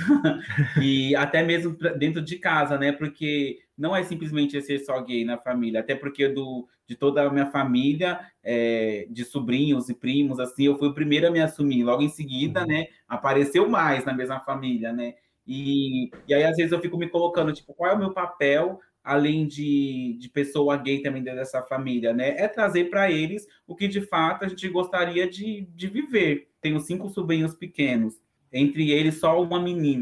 e até mesmo pra- dentro de casa, né? Porque não é simplesmente ser só gay na família, até porque do, de toda a minha família, é, de sobrinhos e primos, assim, eu fui o primeiro a me assumir. Logo em seguida, né? Apareceu mais na mesma família, né? E, e aí, às vezes, eu fico me colocando, tipo, qual é o meu papel além de, de pessoa gay também dentro dessa família, né? É trazer para eles o que de fato a gente gostaria de, de viver. Tenho cinco sobrinhos pequenos, entre eles só uma menina,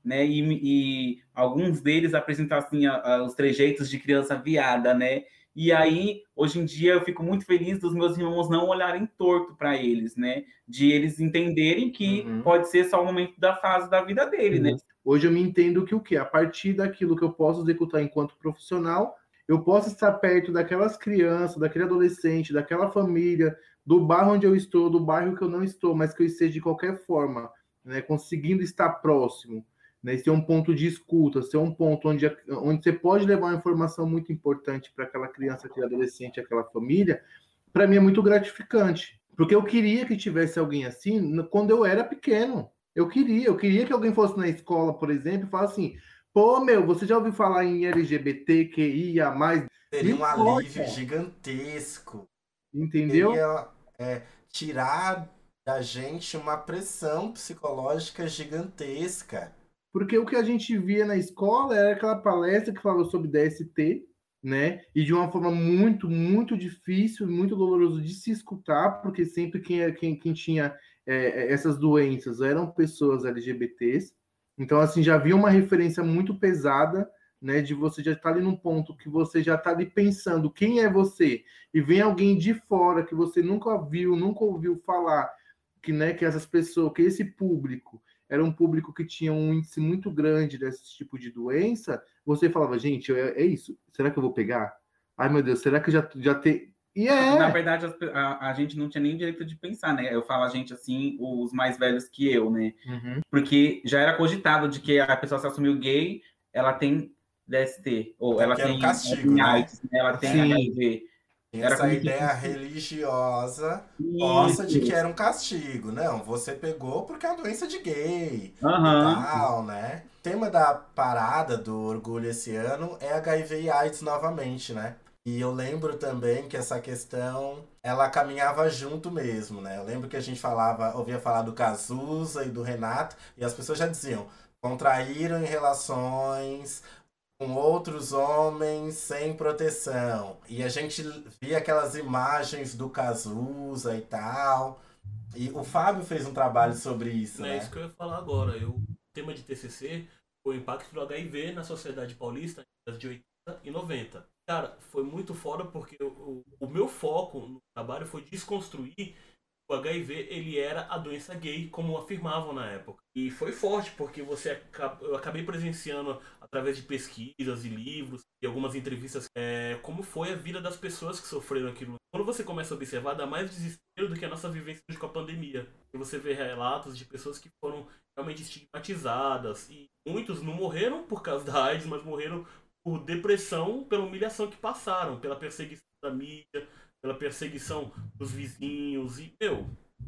né? E, e alguns deles apresentam assim, a, a, os trejeitos de criança viada, né? E aí, hoje em dia, eu fico muito feliz dos meus irmãos não olharem torto para eles, né? De eles entenderem que Uhum. pode ser só o momento da fase da vida dele, né? Hoje eu me entendo que o quê? A partir daquilo que eu posso executar enquanto profissional, eu posso estar perto daquelas crianças, daquele adolescente, daquela família, do bairro onde eu estou, do bairro que eu não estou, mas que eu esteja de qualquer forma, né? Conseguindo estar próximo, né? Ser um ponto de escuta, ser um ponto onde, onde você pode levar uma informação muito importante para aquela criança, aquele adolescente, aquela família, para mim é muito gratificante. Porque eu queria que tivesse alguém assim quando eu era pequeno. Eu queria, eu queria que alguém fosse na escola, por exemplo, e falasse assim, pô, meu, você já ouviu falar em L G B T Q I A mais? Seria Não um importa. alívio gigantesco. Entendeu? Seria é, tirar da gente uma pressão psicológica gigantesca. Porque o que a gente via na escola era aquela palestra que falava sobre D S T, né? E de uma forma muito, muito difícil, muito doloroso de se escutar, porque sempre quem, quem, quem tinha é, essas doenças eram pessoas L G B Ts. Então, assim, já havia uma referência muito pesada, né? De você já estar ali num ponto que você já está ali pensando quem é você, e vem alguém de fora que você nunca viu, nunca ouviu falar, que, né, que essas pessoas, que esse público era um público que tinha um índice muito grande desse tipo de doença, você falava, gente, é, é isso, será que eu vou pegar? Ai, meu Deus, será que já, já tem... E é! Na verdade, a, a gente não tinha nem direito de pensar, né? Eu falo a gente, assim, os mais velhos que eu, né? Uhum. Porque já era cogitado de que a pessoa se assumiu gay, ela tem D S T, ou É ela que era um tem castigo, né? AIDS, né? Ela tem Sim. H I V. Tem Era essa como se ideia fosse- religiosa nossa de Isso. que era um castigo. Não, você pegou porque é uma doença de gay Aham. e tal, né? O tema da parada do orgulho esse ano é H I V e AIDS novamente, né? E eu lembro também que essa questão, ela caminhava junto mesmo, né? Eu lembro que a gente falava, ouvia falar do Cazuza e do Renato, e as pessoas já diziam, contraíram em relações com outros homens sem proteção. E a gente via aquelas imagens do Cazuza e tal. E o Fábio fez um trabalho sobre isso, É né? isso que eu ia falar agora. Eu, o tema de T C C foi o impacto do H I V na sociedade paulista nas décadas de oitenta e noventa. Cara, foi muito foda porque o, o meu foco no trabalho foi desconstruir que o H I V ele era a doença gay, como afirmavam na época. E foi forte, porque você aca- eu acabei presenciando, através de pesquisas e livros e algumas entrevistas, é, como foi a vida das pessoas que sofreram aquilo. Quando você começa a observar, dá mais desespero do que a nossa vivência com a pandemia. E você vê relatos de pessoas que foram realmente estigmatizadas. E muitos não morreram por causa da AIDS, mas morreram por depressão, pela humilhação que passaram, pela perseguição da mídia, pela perseguição dos vizinhos. E, meu,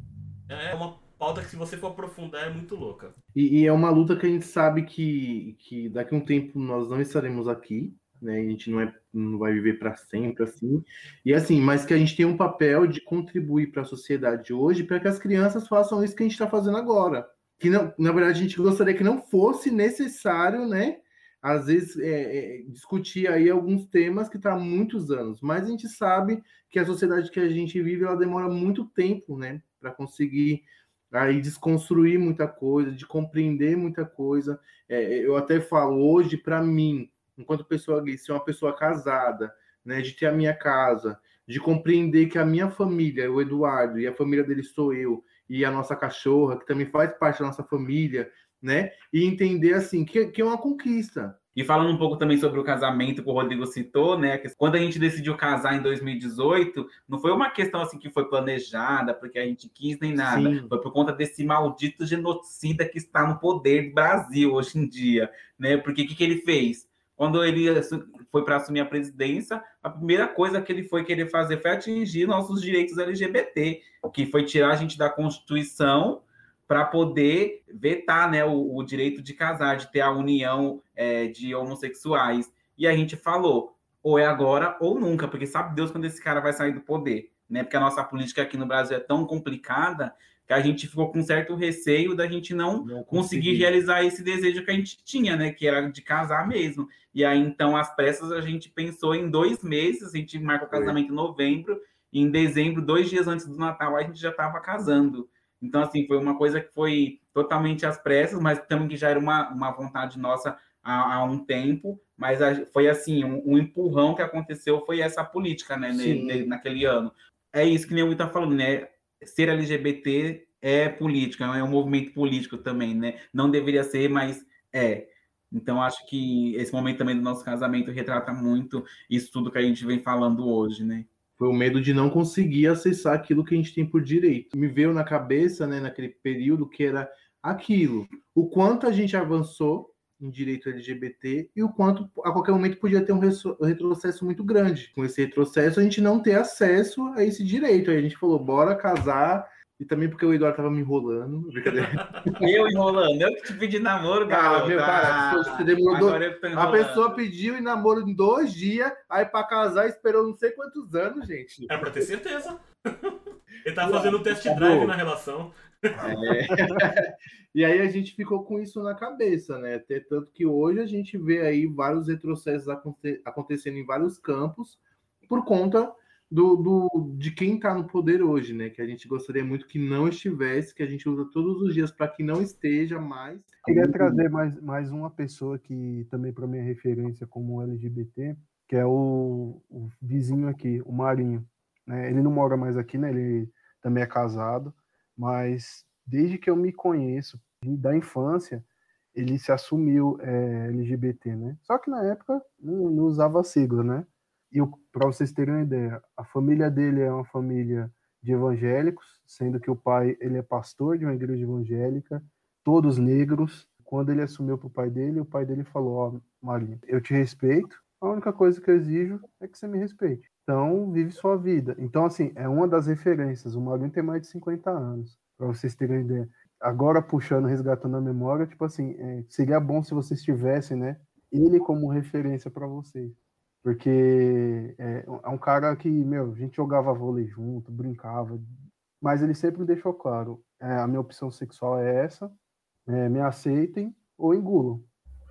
é uma pauta que, se você for aprofundar, é muito louca. E, e é uma luta que a gente sabe que, que daqui a um tempo nós não estaremos aqui, né? A gente não, é, não vai viver para sempre assim. E assim, mas que a gente tem um papel de contribuir para a sociedade hoje para que as crianças façam isso que a gente está fazendo agora. Que não, na verdade, a gente gostaria que não fosse necessário, né? Às vezes é, é, discutir aí alguns temas que está há muitos anos, mas a gente sabe que a sociedade que a gente vive ela demora muito tempo, né, para conseguir aí desconstruir muita coisa, de compreender muita coisa. É, eu até falo hoje para mim, enquanto pessoa gay, ser uma pessoa casada, né, de ter a minha casa, de compreender que a minha família, o Eduardo, e a família dele sou eu, e a nossa cachorra, que também faz parte da nossa família, né? E entender assim que, que é uma conquista. E falando um pouco também sobre o casamento que o Rodrigo citou, né? Quando a gente decidiu casar em dois mil e dezoito, não foi uma questão assim que foi planejada, porque a gente quis nem nada. Sim. Foi por conta desse maldito genocida que está no poder do Brasil hoje em dia, né? Porque o que, que ele fez? Quando ele foi para assumir a presidência, a primeira coisa que ele foi querer fazer foi atingir nossos direitos L G B T, que foi tirar a gente da Constituição para poder vetar, né, o, o direito de casar, de ter a união é, de homossexuais. E a gente falou, ou é agora ou nunca, porque sabe Deus quando esse cara vai sair do poder, né? Porque a nossa política aqui no Brasil é tão complicada que a gente ficou com certo receio da gente não, não conseguir realizar esse desejo que a gente tinha, né? Que era de casar mesmo. E aí, então, às pressas, a gente pensou em dois meses, a gente marcou o casamento em novembro, e em dezembro, dois dias antes do Natal, a gente já estava casando. Então, assim, foi uma coisa que foi totalmente às pressas, mas também que já era uma, uma vontade nossa há, há um tempo, mas a, foi assim, um, um empurrão que aconteceu foi essa política, né, ne, ne, naquele ano. É isso que nem o Will tá falando, né? Ser L G B T é política, é um movimento político também, né? Não deveria ser, mas é. Então, acho que esse momento também do nosso casamento retrata muito isso tudo que a gente vem falando hoje, né? Foi o medo de não conseguir acessar aquilo que a gente tem por direito. Me veio na cabeça, né, naquele período, que era aquilo. O quanto a gente avançou em direito L G B T e o quanto a qualquer momento podia ter um retrocesso muito grande. Com esse retrocesso, a gente não ter acesso a esse direito. Aí a gente falou, bora casar. E também porque o Eduardo tava me enrolando. Eu enrolando, eu que te pedi namoro, cara. Meu, cara, você demorou dois... A pessoa pediu em namoro em dois dias, aí pra casar esperou não sei quantos anos, gente. É pra ter certeza. Ele tava fazendo um test drive na relação. É. E aí a gente ficou com isso na cabeça, né? Até tanto que hoje a gente vê aí vários retrocessos aconte... acontecendo em vários campos por conta Do, do, de quem está no poder hoje, né? Que a gente gostaria muito que não estivesse, que a gente usa todos os dias para que não esteja mais. Queria trazer mais, mais uma pessoa que também para minha referência como L G B T, que é o, o vizinho aqui, o Marinho. Né? Ele não mora mais aqui, né? Ele também é casado, mas desde que eu me conheço, da infância, ele se assumiu é, L G B T, né? Só que na época não, não usava a sigla, né? E para vocês terem uma ideia, a família dele é uma família de evangélicos, sendo que o pai ele é pastor de uma igreja evangélica, todos negros. Quando ele assumiu para o pai dele, o pai dele falou, ó, oh, Marinho, eu te respeito, a única coisa que eu exijo é que você me respeite. Então, vive sua vida. Então, assim, é uma das referências. O Marinho tem mais de cinquenta anos, para vocês terem uma ideia. Agora, puxando, resgatando a memória, tipo assim, é, seria bom se vocês tivessem, né, ele como referência para vocês. Porque é, é um cara que, meu, a gente jogava vôlei junto, brincava, mas ele sempre deixou claro, é, a minha opção sexual é essa, é, me aceitem ou engulam.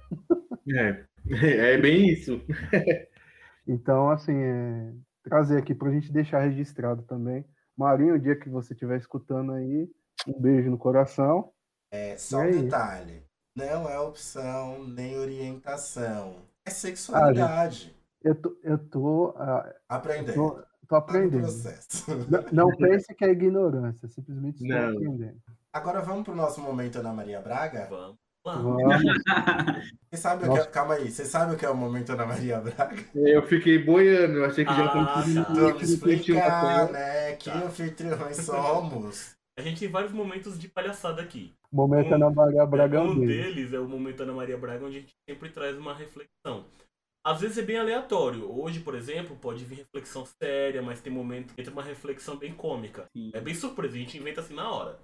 É, é bem isso. Então, assim, é, trazer aqui pra gente deixar registrado também. Marinho, o dia que você estiver escutando aí, um beijo no coração. É, só um detalhe, não é opção nem orientação, é sexualidade. Ah, Eu tô, eu tô, uh, aprendendo. Eu tô, tô aprendendo. Não, não pense que é ignorância, simplesmente estou não. aprendendo. Agora vamos pro nosso momento Ana Maria Braga? Vamos. Vamos. Você sabe o que é, calma aí, você sabe o que é o momento Ana Maria Braga? Eu fiquei boiando, eu achei que ah, já tinha tá. Vamos explicar, né? Que tá. Anfitriões somos. A gente tem vários momentos de palhaçada aqui. Momento um, Ana Maria Braga um deles é o momento Ana Maria Braga, onde a gente sempre traz uma reflexão. Às vezes é bem aleatório. Hoje, por exemplo, pode vir reflexão séria, mas tem momento que entra uma reflexão bem cômica. Sim. É bem surpresa, a gente inventa assim na hora.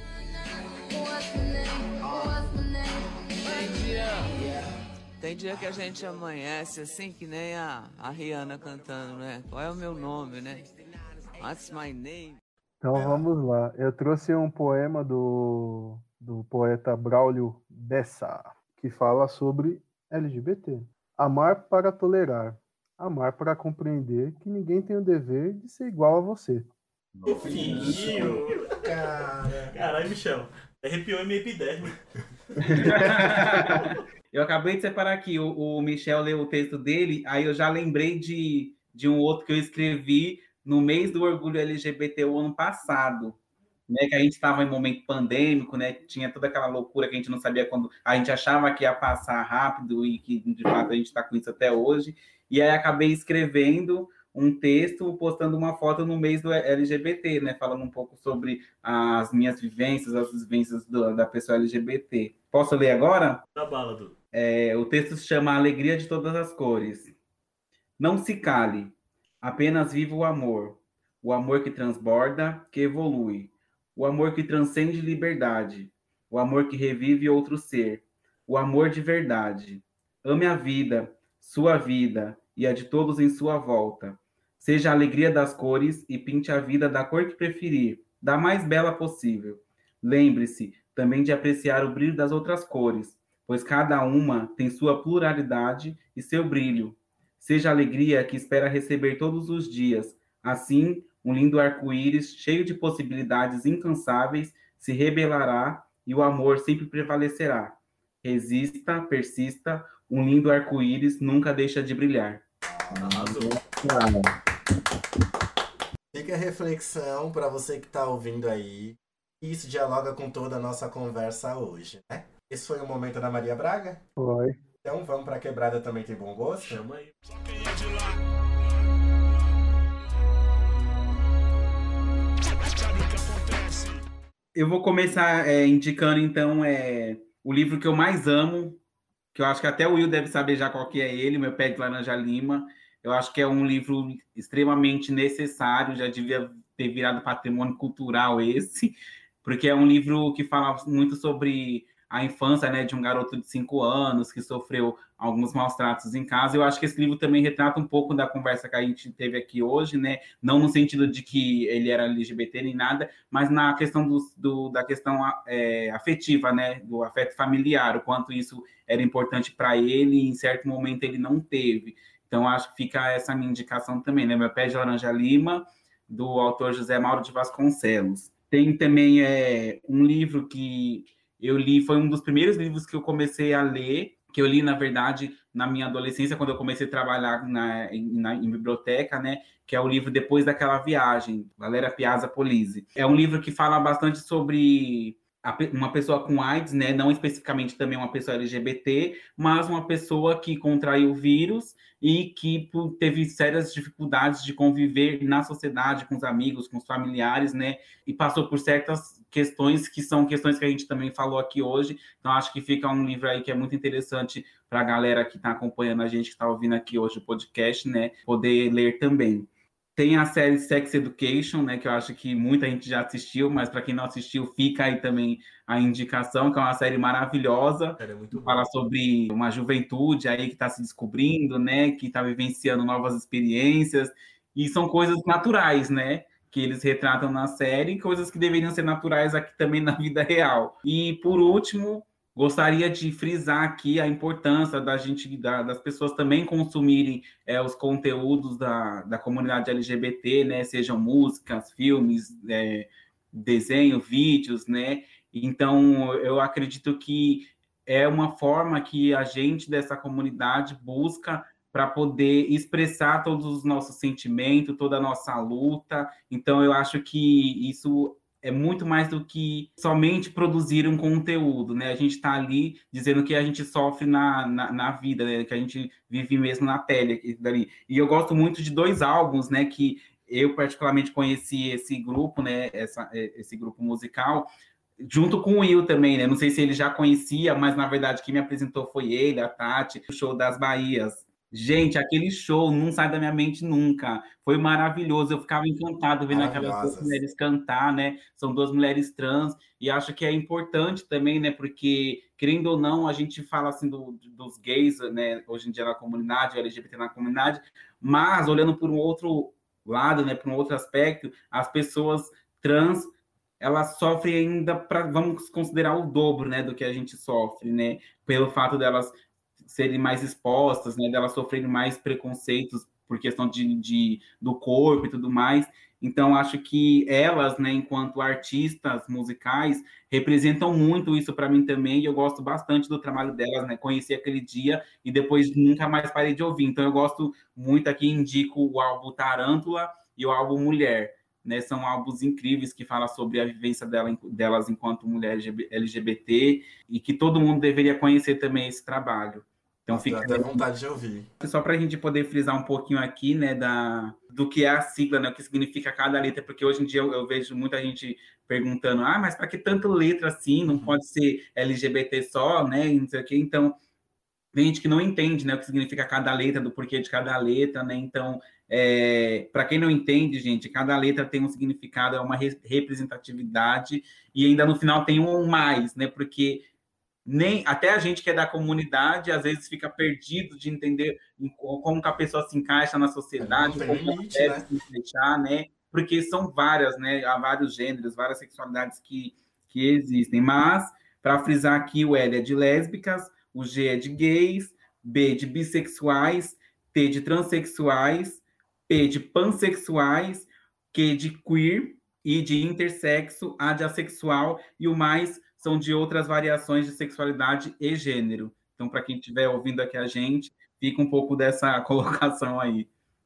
Tem dia que a gente amanhece assim que nem a, a Rihanna cantando, né? Qual é o meu nome, né? What's my name? Então vamos lá. Eu trouxe um poema do, do poeta Braulio Bessa, que fala sobre L G B T. Amar para tolerar, amar para compreender que ninguém tem o dever de ser igual a você. Fofinho! Cara. Caralho, Michel, arrepiou em minha epiderme. Eu acabei de separar aqui, o, o Michel leu o texto dele, aí eu já lembrei de, de um outro que eu escrevi no mês do orgulho L G B T o ano passado. Né, que a gente estava em momento pandêmico, né, tinha toda aquela loucura que a gente não sabia quando... A gente achava que ia passar rápido e que, de fato, a gente está com isso até hoje. E aí acabei escrevendo um texto, postando uma foto no mês do L G B T, né, falando um pouco sobre as minhas vivências, as vivências do, da pessoa L G B T. Posso ler agora? Na bala, Du. É, o texto se chama Alegria de Todas as Cores. Não se cale, apenas viva o amor. O amor que transborda, que evolui. O amor que transcende liberdade, o amor que revive outro ser, o amor de verdade. Ame a vida, sua vida e a de todos em sua volta. Seja a alegria das cores e pinte a vida da cor que preferir, da mais bela possível. Lembre-se também de apreciar o brilho das outras cores, pois cada uma tem sua pluralidade e seu brilho. Seja a alegria que espera receber todos os dias, assim, um lindo arco-íris cheio de possibilidades incansáveis se rebelará e o amor sempre prevalecerá. Resista, persista, um lindo arco-íris nunca deixa de brilhar. Arrasou. Fica a reflexão para você que está ouvindo aí. Isso dialoga com toda a nossa conversa hoje, né? Esse foi o momento da Maria Braga? Foi. Então vamos para Quebrada Também Tem Bom Gosto? Chama aí. Eu vou começar é, indicando, então, é, o livro que eu mais amo, que eu acho que até o Will deve saber já qual que é ele, Meu Pé de Laranja Lima. Eu acho que é um livro extremamente necessário, já devia ter virado patrimônio cultural esse, porque é um livro que fala muito sobre a infância, né, de um garoto de cinco anos que sofreu alguns maus tratos em casa. Eu acho que esse livro também retrata um pouco da conversa que a gente teve aqui hoje, né? Não no sentido de que ele era L G B T nem nada, mas na questão do, do, da questão é, afetiva, né? Do afeto familiar, o quanto isso era importante para ele e em certo momento ele não teve. Então, acho que fica essa minha indicação também, né? Meu Pé de Laranja Lima, do autor José Mauro de Vasconcelos. Tem também é, um livro que eu li, foi um dos primeiros livros que eu comecei a ler, que eu li, na verdade, na minha adolescência, quando eu comecei a trabalhar na, na, em biblioteca, né? Que é o livro Depois daquela Viagem, Valéria Piazza Polizzi. É um livro que fala bastante sobre a, uma pessoa com AIDS, né? Não especificamente também uma pessoa L G B T, mas uma pessoa que contraiu o vírus e que teve sérias dificuldades de conviver na sociedade, com os amigos, com os familiares, né? E passou por certas questões que são questões que a gente também falou aqui hoje. Então, acho que fica um livro aí que é muito interessante para a galera que está acompanhando a gente, que está ouvindo aqui hoje o podcast, né? Poder ler também. Tem a série Sex Education, né, que eu acho que muita gente já assistiu, mas para quem não assistiu, fica aí também a indicação, que é uma série maravilhosa, É muito que fala sobre uma juventude aí que está se descobrindo, né, que está vivenciando novas experiências, e são coisas naturais, né, que eles retratam na série, coisas que deveriam ser naturais aqui também na vida real. E, por último, gostaria de frisar aqui a importância da gente, da, das pessoas também consumirem é, os conteúdos da, da comunidade L G B T, né? Sejam músicas, filmes, é, desenho, vídeos, né? Então, eu acredito que é uma forma que a gente dessa comunidade busca para poder expressar todos os nossos sentimentos, toda a nossa luta. Então, eu acho que isso é muito mais do que somente produzir um conteúdo, né? A gente está ali dizendo que a gente sofre na, na, na vida, né? Que a gente vive mesmo na pele dali. E eu gosto muito de dois álbuns, né? Que eu particularmente conheci esse grupo, né? Essa, esse grupo musical, junto com o Will também, né? Não sei se ele já conhecia, mas na verdade quem me apresentou foi ele, a Tati, o Show das Bahias. Gente, aquele show não sai da minha mente nunca. Foi maravilhoso. Eu ficava encantado vendo aquelas duas mulheres cantar, né? São duas mulheres trans. E acho que é importante também, né? Porque, querendo ou não, a gente fala assim do, dos gays, né? Hoje em dia na comunidade, o L G B T na comunidade. Mas, olhando por um outro lado, né? Por um outro aspecto, as pessoas trans, elas sofrem ainda, pra, vamos considerar o dobro, né? Do que a gente sofre, né? Pelo fato delas serem mais expostas, né, delas sofrerem mais preconceitos por questão de, de, do corpo e tudo mais. Então, acho que elas, né, enquanto artistas musicais, representam muito isso para mim também, e eu gosto bastante do trabalho delas, né, conheci aquele dia e depois nunca mais parei de ouvir. Então, eu gosto muito aqui, indico o álbum Tarântula e o álbum Mulher, né, são álbuns incríveis que falam sobre a vivência dela, delas enquanto mulher L G B T, e que todo mundo deveria conhecer também esse trabalho. Então, fica até vontade de ouvir. Só para a gente poder frisar um pouquinho aqui, né, da, do que é a sigla, né, o que significa cada letra, porque hoje em dia eu, eu vejo muita gente perguntando, ah, mas para que tanta letra assim? Não uhum. pode ser L G B T só, né, não sei o quê. Então, tem gente que não entende, né, o que significa cada letra, do porquê de cada letra, né, então, é, para quem não entende, gente, cada letra tem um significado, é uma representatividade, e ainda no final tem um mais, né, porque nem até a gente que é da comunidade às vezes fica perdido de entender como que a pessoa se encaixa na sociedade, não como tem limite, deve né? se encaixar, né? Porque são várias, né? Há vários gêneros, várias sexualidades que, que existem. Mas, para frisar aqui, o L é de lésbicas, o G é de gays, B de bissexuais, T de transexuais, P de pansexuais, Q de queer, e de intersexo a de assexual, e o mais são de outras variações de sexualidade e gênero. Então, para quem estiver ouvindo aqui a gente, fica um pouco dessa colocação aí.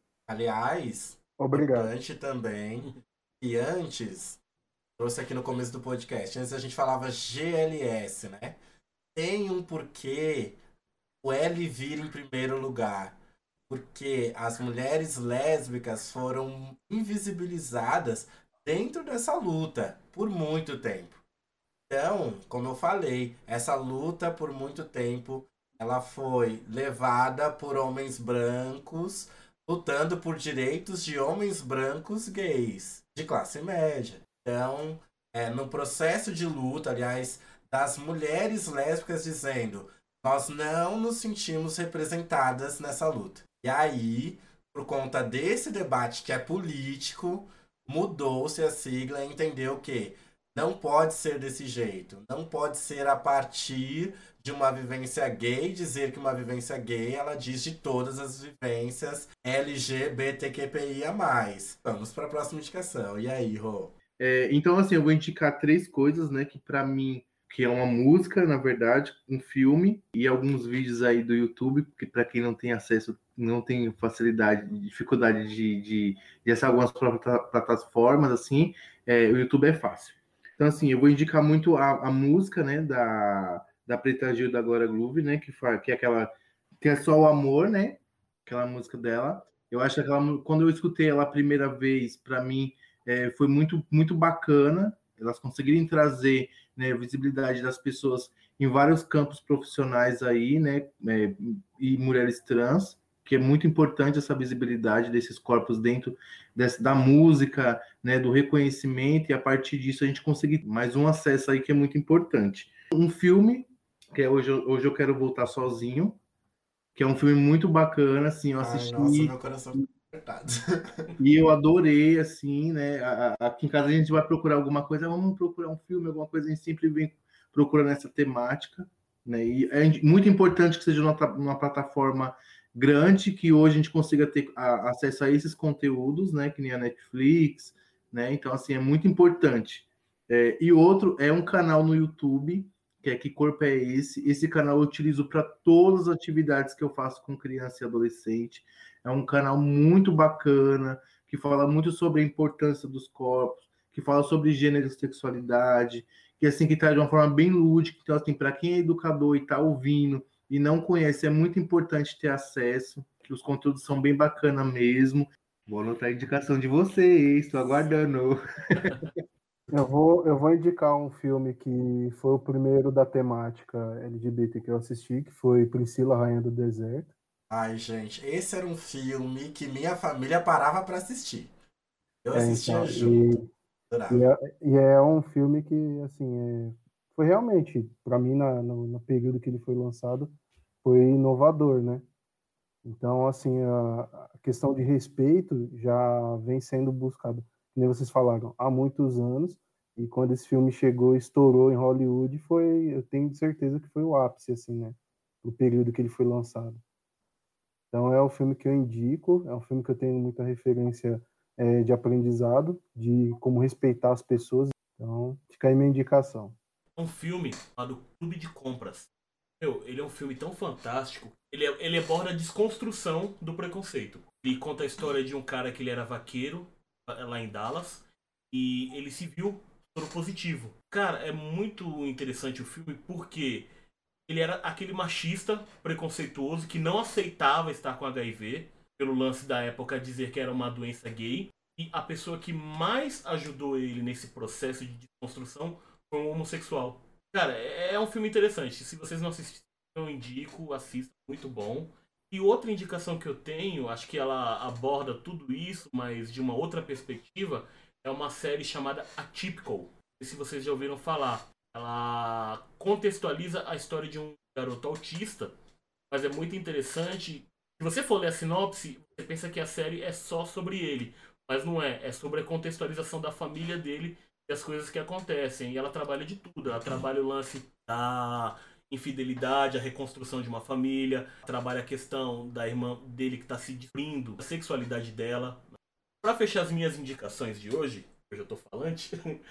Aliás, Obrigado. importante também, e antes, trouxe aqui no começo do podcast, antes a gente falava G L S, né? Tem um porquê o L vir em primeiro lugar. Porque as mulheres lésbicas foram invisibilizadas dentro dessa luta por muito tempo. Então, como eu falei, essa luta por muito tempo, ela foi levada por homens brancos, lutando por direitos de homens brancos gays, de classe média. Então, é, no processo de luta, aliás, das mulheres lésbicas dizendo, nós não nos sentimos representadas nessa luta. E aí, por conta desse debate que é político, mudou-se a sigla e entendeu que não pode ser desse jeito. Não pode ser a partir de uma vivência gay, dizer que uma vivência gay, ela diz de todas as vivências L G B T Q I A mais. Vamos para a próxima indicação. E aí, Rô? É, então, assim, eu vou indicar três coisas, né, que para mim, que é uma música, na verdade, um filme e alguns vídeos aí do YouTube, que para quem não tem acesso, não tem facilidade, dificuldade de, de, de acessar algumas plataformas, assim, é, o YouTube é fácil. Então, assim, eu vou indicar muito a, a música, né, da, da Preta Gil, da Glória Groove, né, que, faz, que é aquela, que é só o amor, né, aquela música dela. Eu acho que aquela, quando eu escutei ela a primeira vez, para mim, é, foi muito, muito bacana. Elas conseguirem trazer, né, visibilidade das pessoas em vários campos profissionais aí, né, é, e mulheres trans, que é muito importante essa visibilidade desses corpos dentro desse, da música, né, do reconhecimento, e a partir disso a gente conseguir mais um acesso aí que é muito importante. Um filme, que é Hoje, Hoje Eu Quero Voltar Sozinho, que é um filme muito bacana, assim, eu assisti... Ai, nossa, meu coração ficou apertado. E eu adorei, assim, né? Aqui em casa a gente vai procurar alguma coisa, vamos procurar um filme, alguma coisa, a gente sempre vem procurando essa temática, né? E é muito importante que seja uma, uma plataforma grande, que hoje a gente consiga ter a, acesso a esses conteúdos, né? Que nem a Netflix, né? Então, assim, é muito importante. É, e outro é um canal no YouTube, que é Que Corpo é Esse? Esse canal eu utilizo para todas as atividades que eu faço com criança e adolescente. É um canal muito bacana, que fala muito sobre a importância dos corpos, que fala sobre gênero e sexualidade, que assim, que traz de uma forma bem lúdica. Então, assim, para quem é educador e está ouvindo e não conhece, é muito importante ter acesso, que os conteúdos são bem bacanas mesmo. Vou anotar a indicação de vocês, estou aguardando. Eu vou, eu vou indicar um filme que foi o primeiro da temática L G B T que eu assisti, que foi Priscila, Rainha do Deserto. Ai, gente, esse era um filme que minha família parava para assistir. Eu É, assistia então, junto. E, e, é, e é um filme que, assim, é, foi realmente, para mim, na, no, no período que ele foi lançado, foi inovador, né? Então, assim, a, a questão de respeito já vem sendo buscado, como vocês falaram, há muitos anos, e quando esse filme chegou e estourou em Hollywood, foi, eu tenho certeza que foi o ápice, assim, né? O período que ele foi lançado. Então, é um filme que eu indico, é um filme que eu tenho muita referência é, de aprendizado, de como respeitar as pessoas. Então, fica aí minha indicação. Um filme chamado Clube de Compras. Meu, ele é um filme tão fantástico. Ele, é, ele aborda a desconstrução do preconceito. Ele conta a história de um cara que ele era vaqueiro lá em Dallas e ele se viu soro positivo. Cara, é muito interessante o filme porque ele era aquele machista preconceituoso que não aceitava estar com H I V pelo lance da época dizer que era uma doença gay, e a pessoa que mais ajudou ele nesse processo de desconstrução foi um homossexual. Cara, é um filme interessante. Se vocês não assistiram, eu indico, assista, muito bom. E outra indicação que eu tenho, acho que ela aborda tudo isso, mas de uma outra perspectiva, é uma série chamada Atypical. Não sei se vocês já ouviram falar. Ela contextualiza a história de um garoto autista, mas é muito interessante. Se você for ler a sinopse, você pensa que a série é só sobre ele, mas não é. É sobre a contextualização da família dele e as coisas que acontecem. E ela trabalha de tudo. Ela trabalha o lance da infidelidade, a reconstrução de uma família, trabalha a questão da irmã dele que está se destruindo, a sexualidade dela. Para fechar as minhas indicações de hoje, hoje eu tô falante,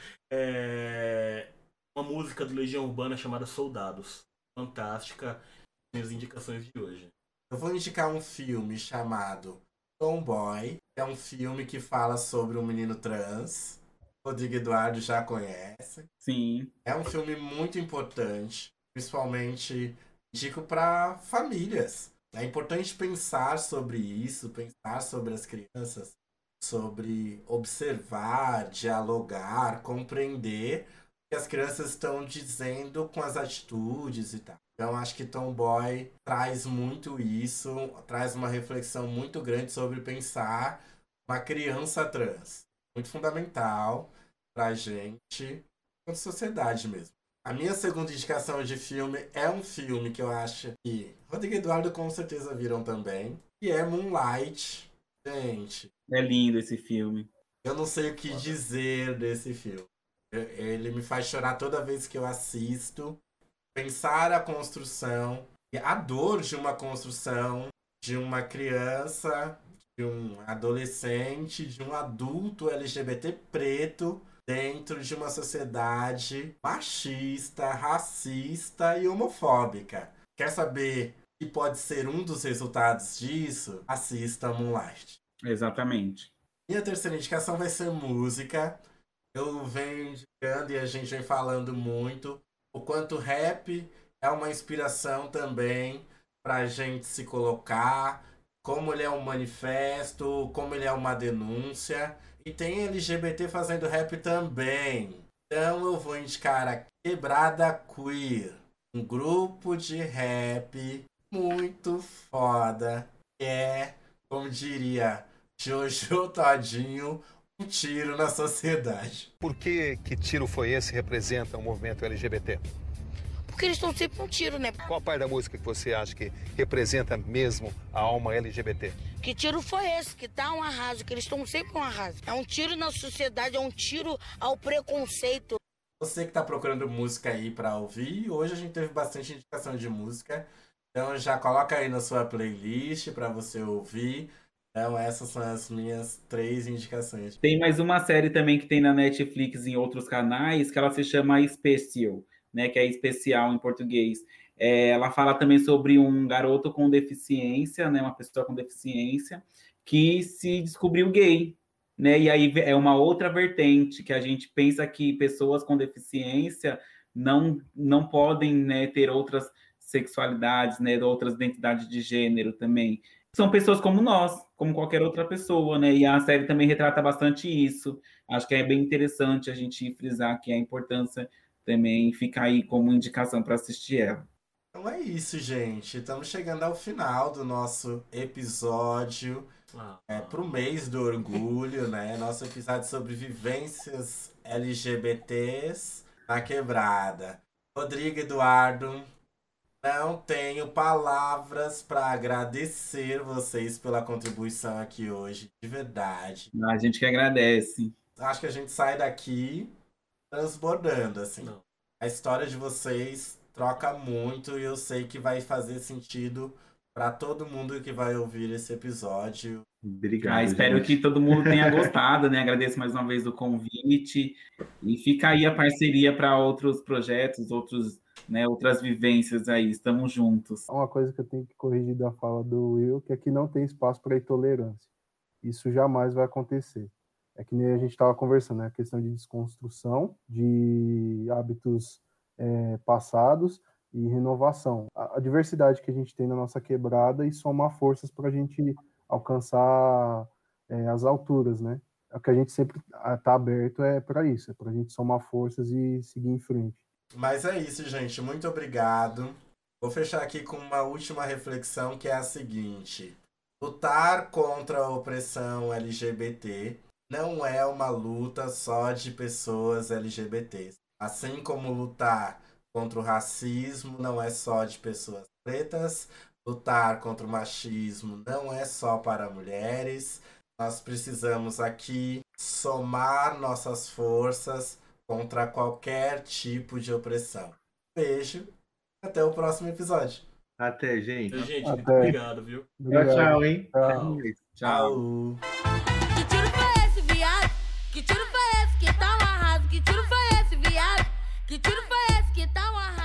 é uma música do Legião Urbana chamada Soldados. Fantástica, minhas indicações de hoje. Eu vou indicar um filme chamado Tomboy. É um filme que fala sobre um menino trans. O Rodrigo Eduardo já conhece. Sim. É um filme muito importante, principalmente indico para famílias. É importante pensar sobre isso, pensar sobre as crianças, sobre observar, dialogar, compreender o que as crianças estão dizendo com as atitudes e tal. Então, acho que Tomboy traz muito isso, traz uma reflexão muito grande sobre pensar uma criança trans. Muito fundamental pra gente, como sociedade mesmo. A minha segunda indicação de filme é um filme que eu acho que Rodrigo e Eduardo com certeza viram também, que é Moonlight. Gente, É lindo esse filme. eu não sei o que dizer desse filme. Ele me faz chorar toda vez que eu assisto. Pensar a construção, a dor de uma construção de uma criança, de um adolescente, de um adulto L G B T preto dentro de uma sociedade machista, racista e homofóbica. Quer saber o que pode ser um dos resultados disso? Assista Moonlight. Exatamente. Minha terceira indicação vai ser música. Eu venho indicando e a gente vem falando muito o quanto rap é uma inspiração também para a gente se colocar, como ele é um manifesto, como ele é uma denúncia. E tem L G B T fazendo rap também. Então eu vou indicar a Quebrada Queer, um grupo de rap muito foda, que é, como diria Jojo Todinho, um tiro na sociedade. Por que que tiro foi esse representa o movimento L G B T? Porque eles estão sempre um tiro, né? Qual parte da música que você acha que representa mesmo a alma L G B T? Que tiro foi esse? Que tá um arraso, que eles estão sempre um arraso. É um tiro na sociedade, é um tiro ao preconceito. Você que tá procurando música aí pra ouvir, hoje a gente teve bastante indicação de música. Então já coloca aí na sua playlist pra você ouvir. Então essas são as minhas três indicações. Tem mais uma série também que tem na Netflix e em outros canais, que ela se chama Special, né, que é especial em português. É, ela fala também sobre um garoto com deficiência, né, uma pessoa com deficiência, que se descobriu gay, né, e aí é uma outra vertente, que a gente pensa que pessoas com deficiência não, não podem, né, ter outras sexualidades, né, outras identidades de gênero também. São pessoas como nós, como qualquer outra pessoa, né? E a série também retrata bastante isso. Acho que é bem interessante a gente frisar que a importância também fica aí como indicação para assistir ela. Então é isso, gente. Estamos chegando ao final do nosso episódio Ah, é, pro mês do orgulho, né? Nosso episódio sobre vivências L G B Ts na quebrada. Rodrigo Eduardo, não tenho palavras para agradecer vocês pela contribuição aqui hoje, de verdade. A gente que agradece. Acho que a gente sai daqui transbordando, assim. Não. A história de vocês troca muito e eu sei que vai fazer sentido para todo mundo que vai ouvir esse episódio. Obrigado. Ah, espero gente. que todo mundo tenha gostado, né? Agradeço mais uma vez o convite. E fica aí a parceria para outros projetos, outros, né, outras vivências aí. Estamos juntos. Uma coisa que eu tenho que corrigir da fala do Will, que aqui não tem espaço para intolerância. Isso jamais vai acontecer. É que nem a gente estava conversando, né? A questão de desconstrução de hábitos é, passados e renovação. A, a diversidade que a gente tem na nossa quebrada e somar forças para a gente alcançar é, as alturas, né? O que a gente sempre está aberto é para isso, é para a gente somar forças e seguir em frente. Mas é isso, gente. Muito obrigado. Vou fechar aqui com uma última reflexão, que é a seguinte. Lutar contra a opressão L G B T não é uma luta só de pessoas L G B Ts. Assim como lutar contra o racismo não é só de pessoas pretas, lutar contra o machismo não é só para mulheres. Nós precisamos aqui somar nossas forças contra qualquer tipo de opressão. Beijo, até o próximo episódio. Até, gente. Gente, Até. muito obrigado, viu? Tchau, Obrigado. tchau, hein? Tchau. Tchau. Tchau. Que tiro foi esse, viado? Que tiro foi esse? tiro foi esse, viado? Que tiro foi esse que tá um arraso?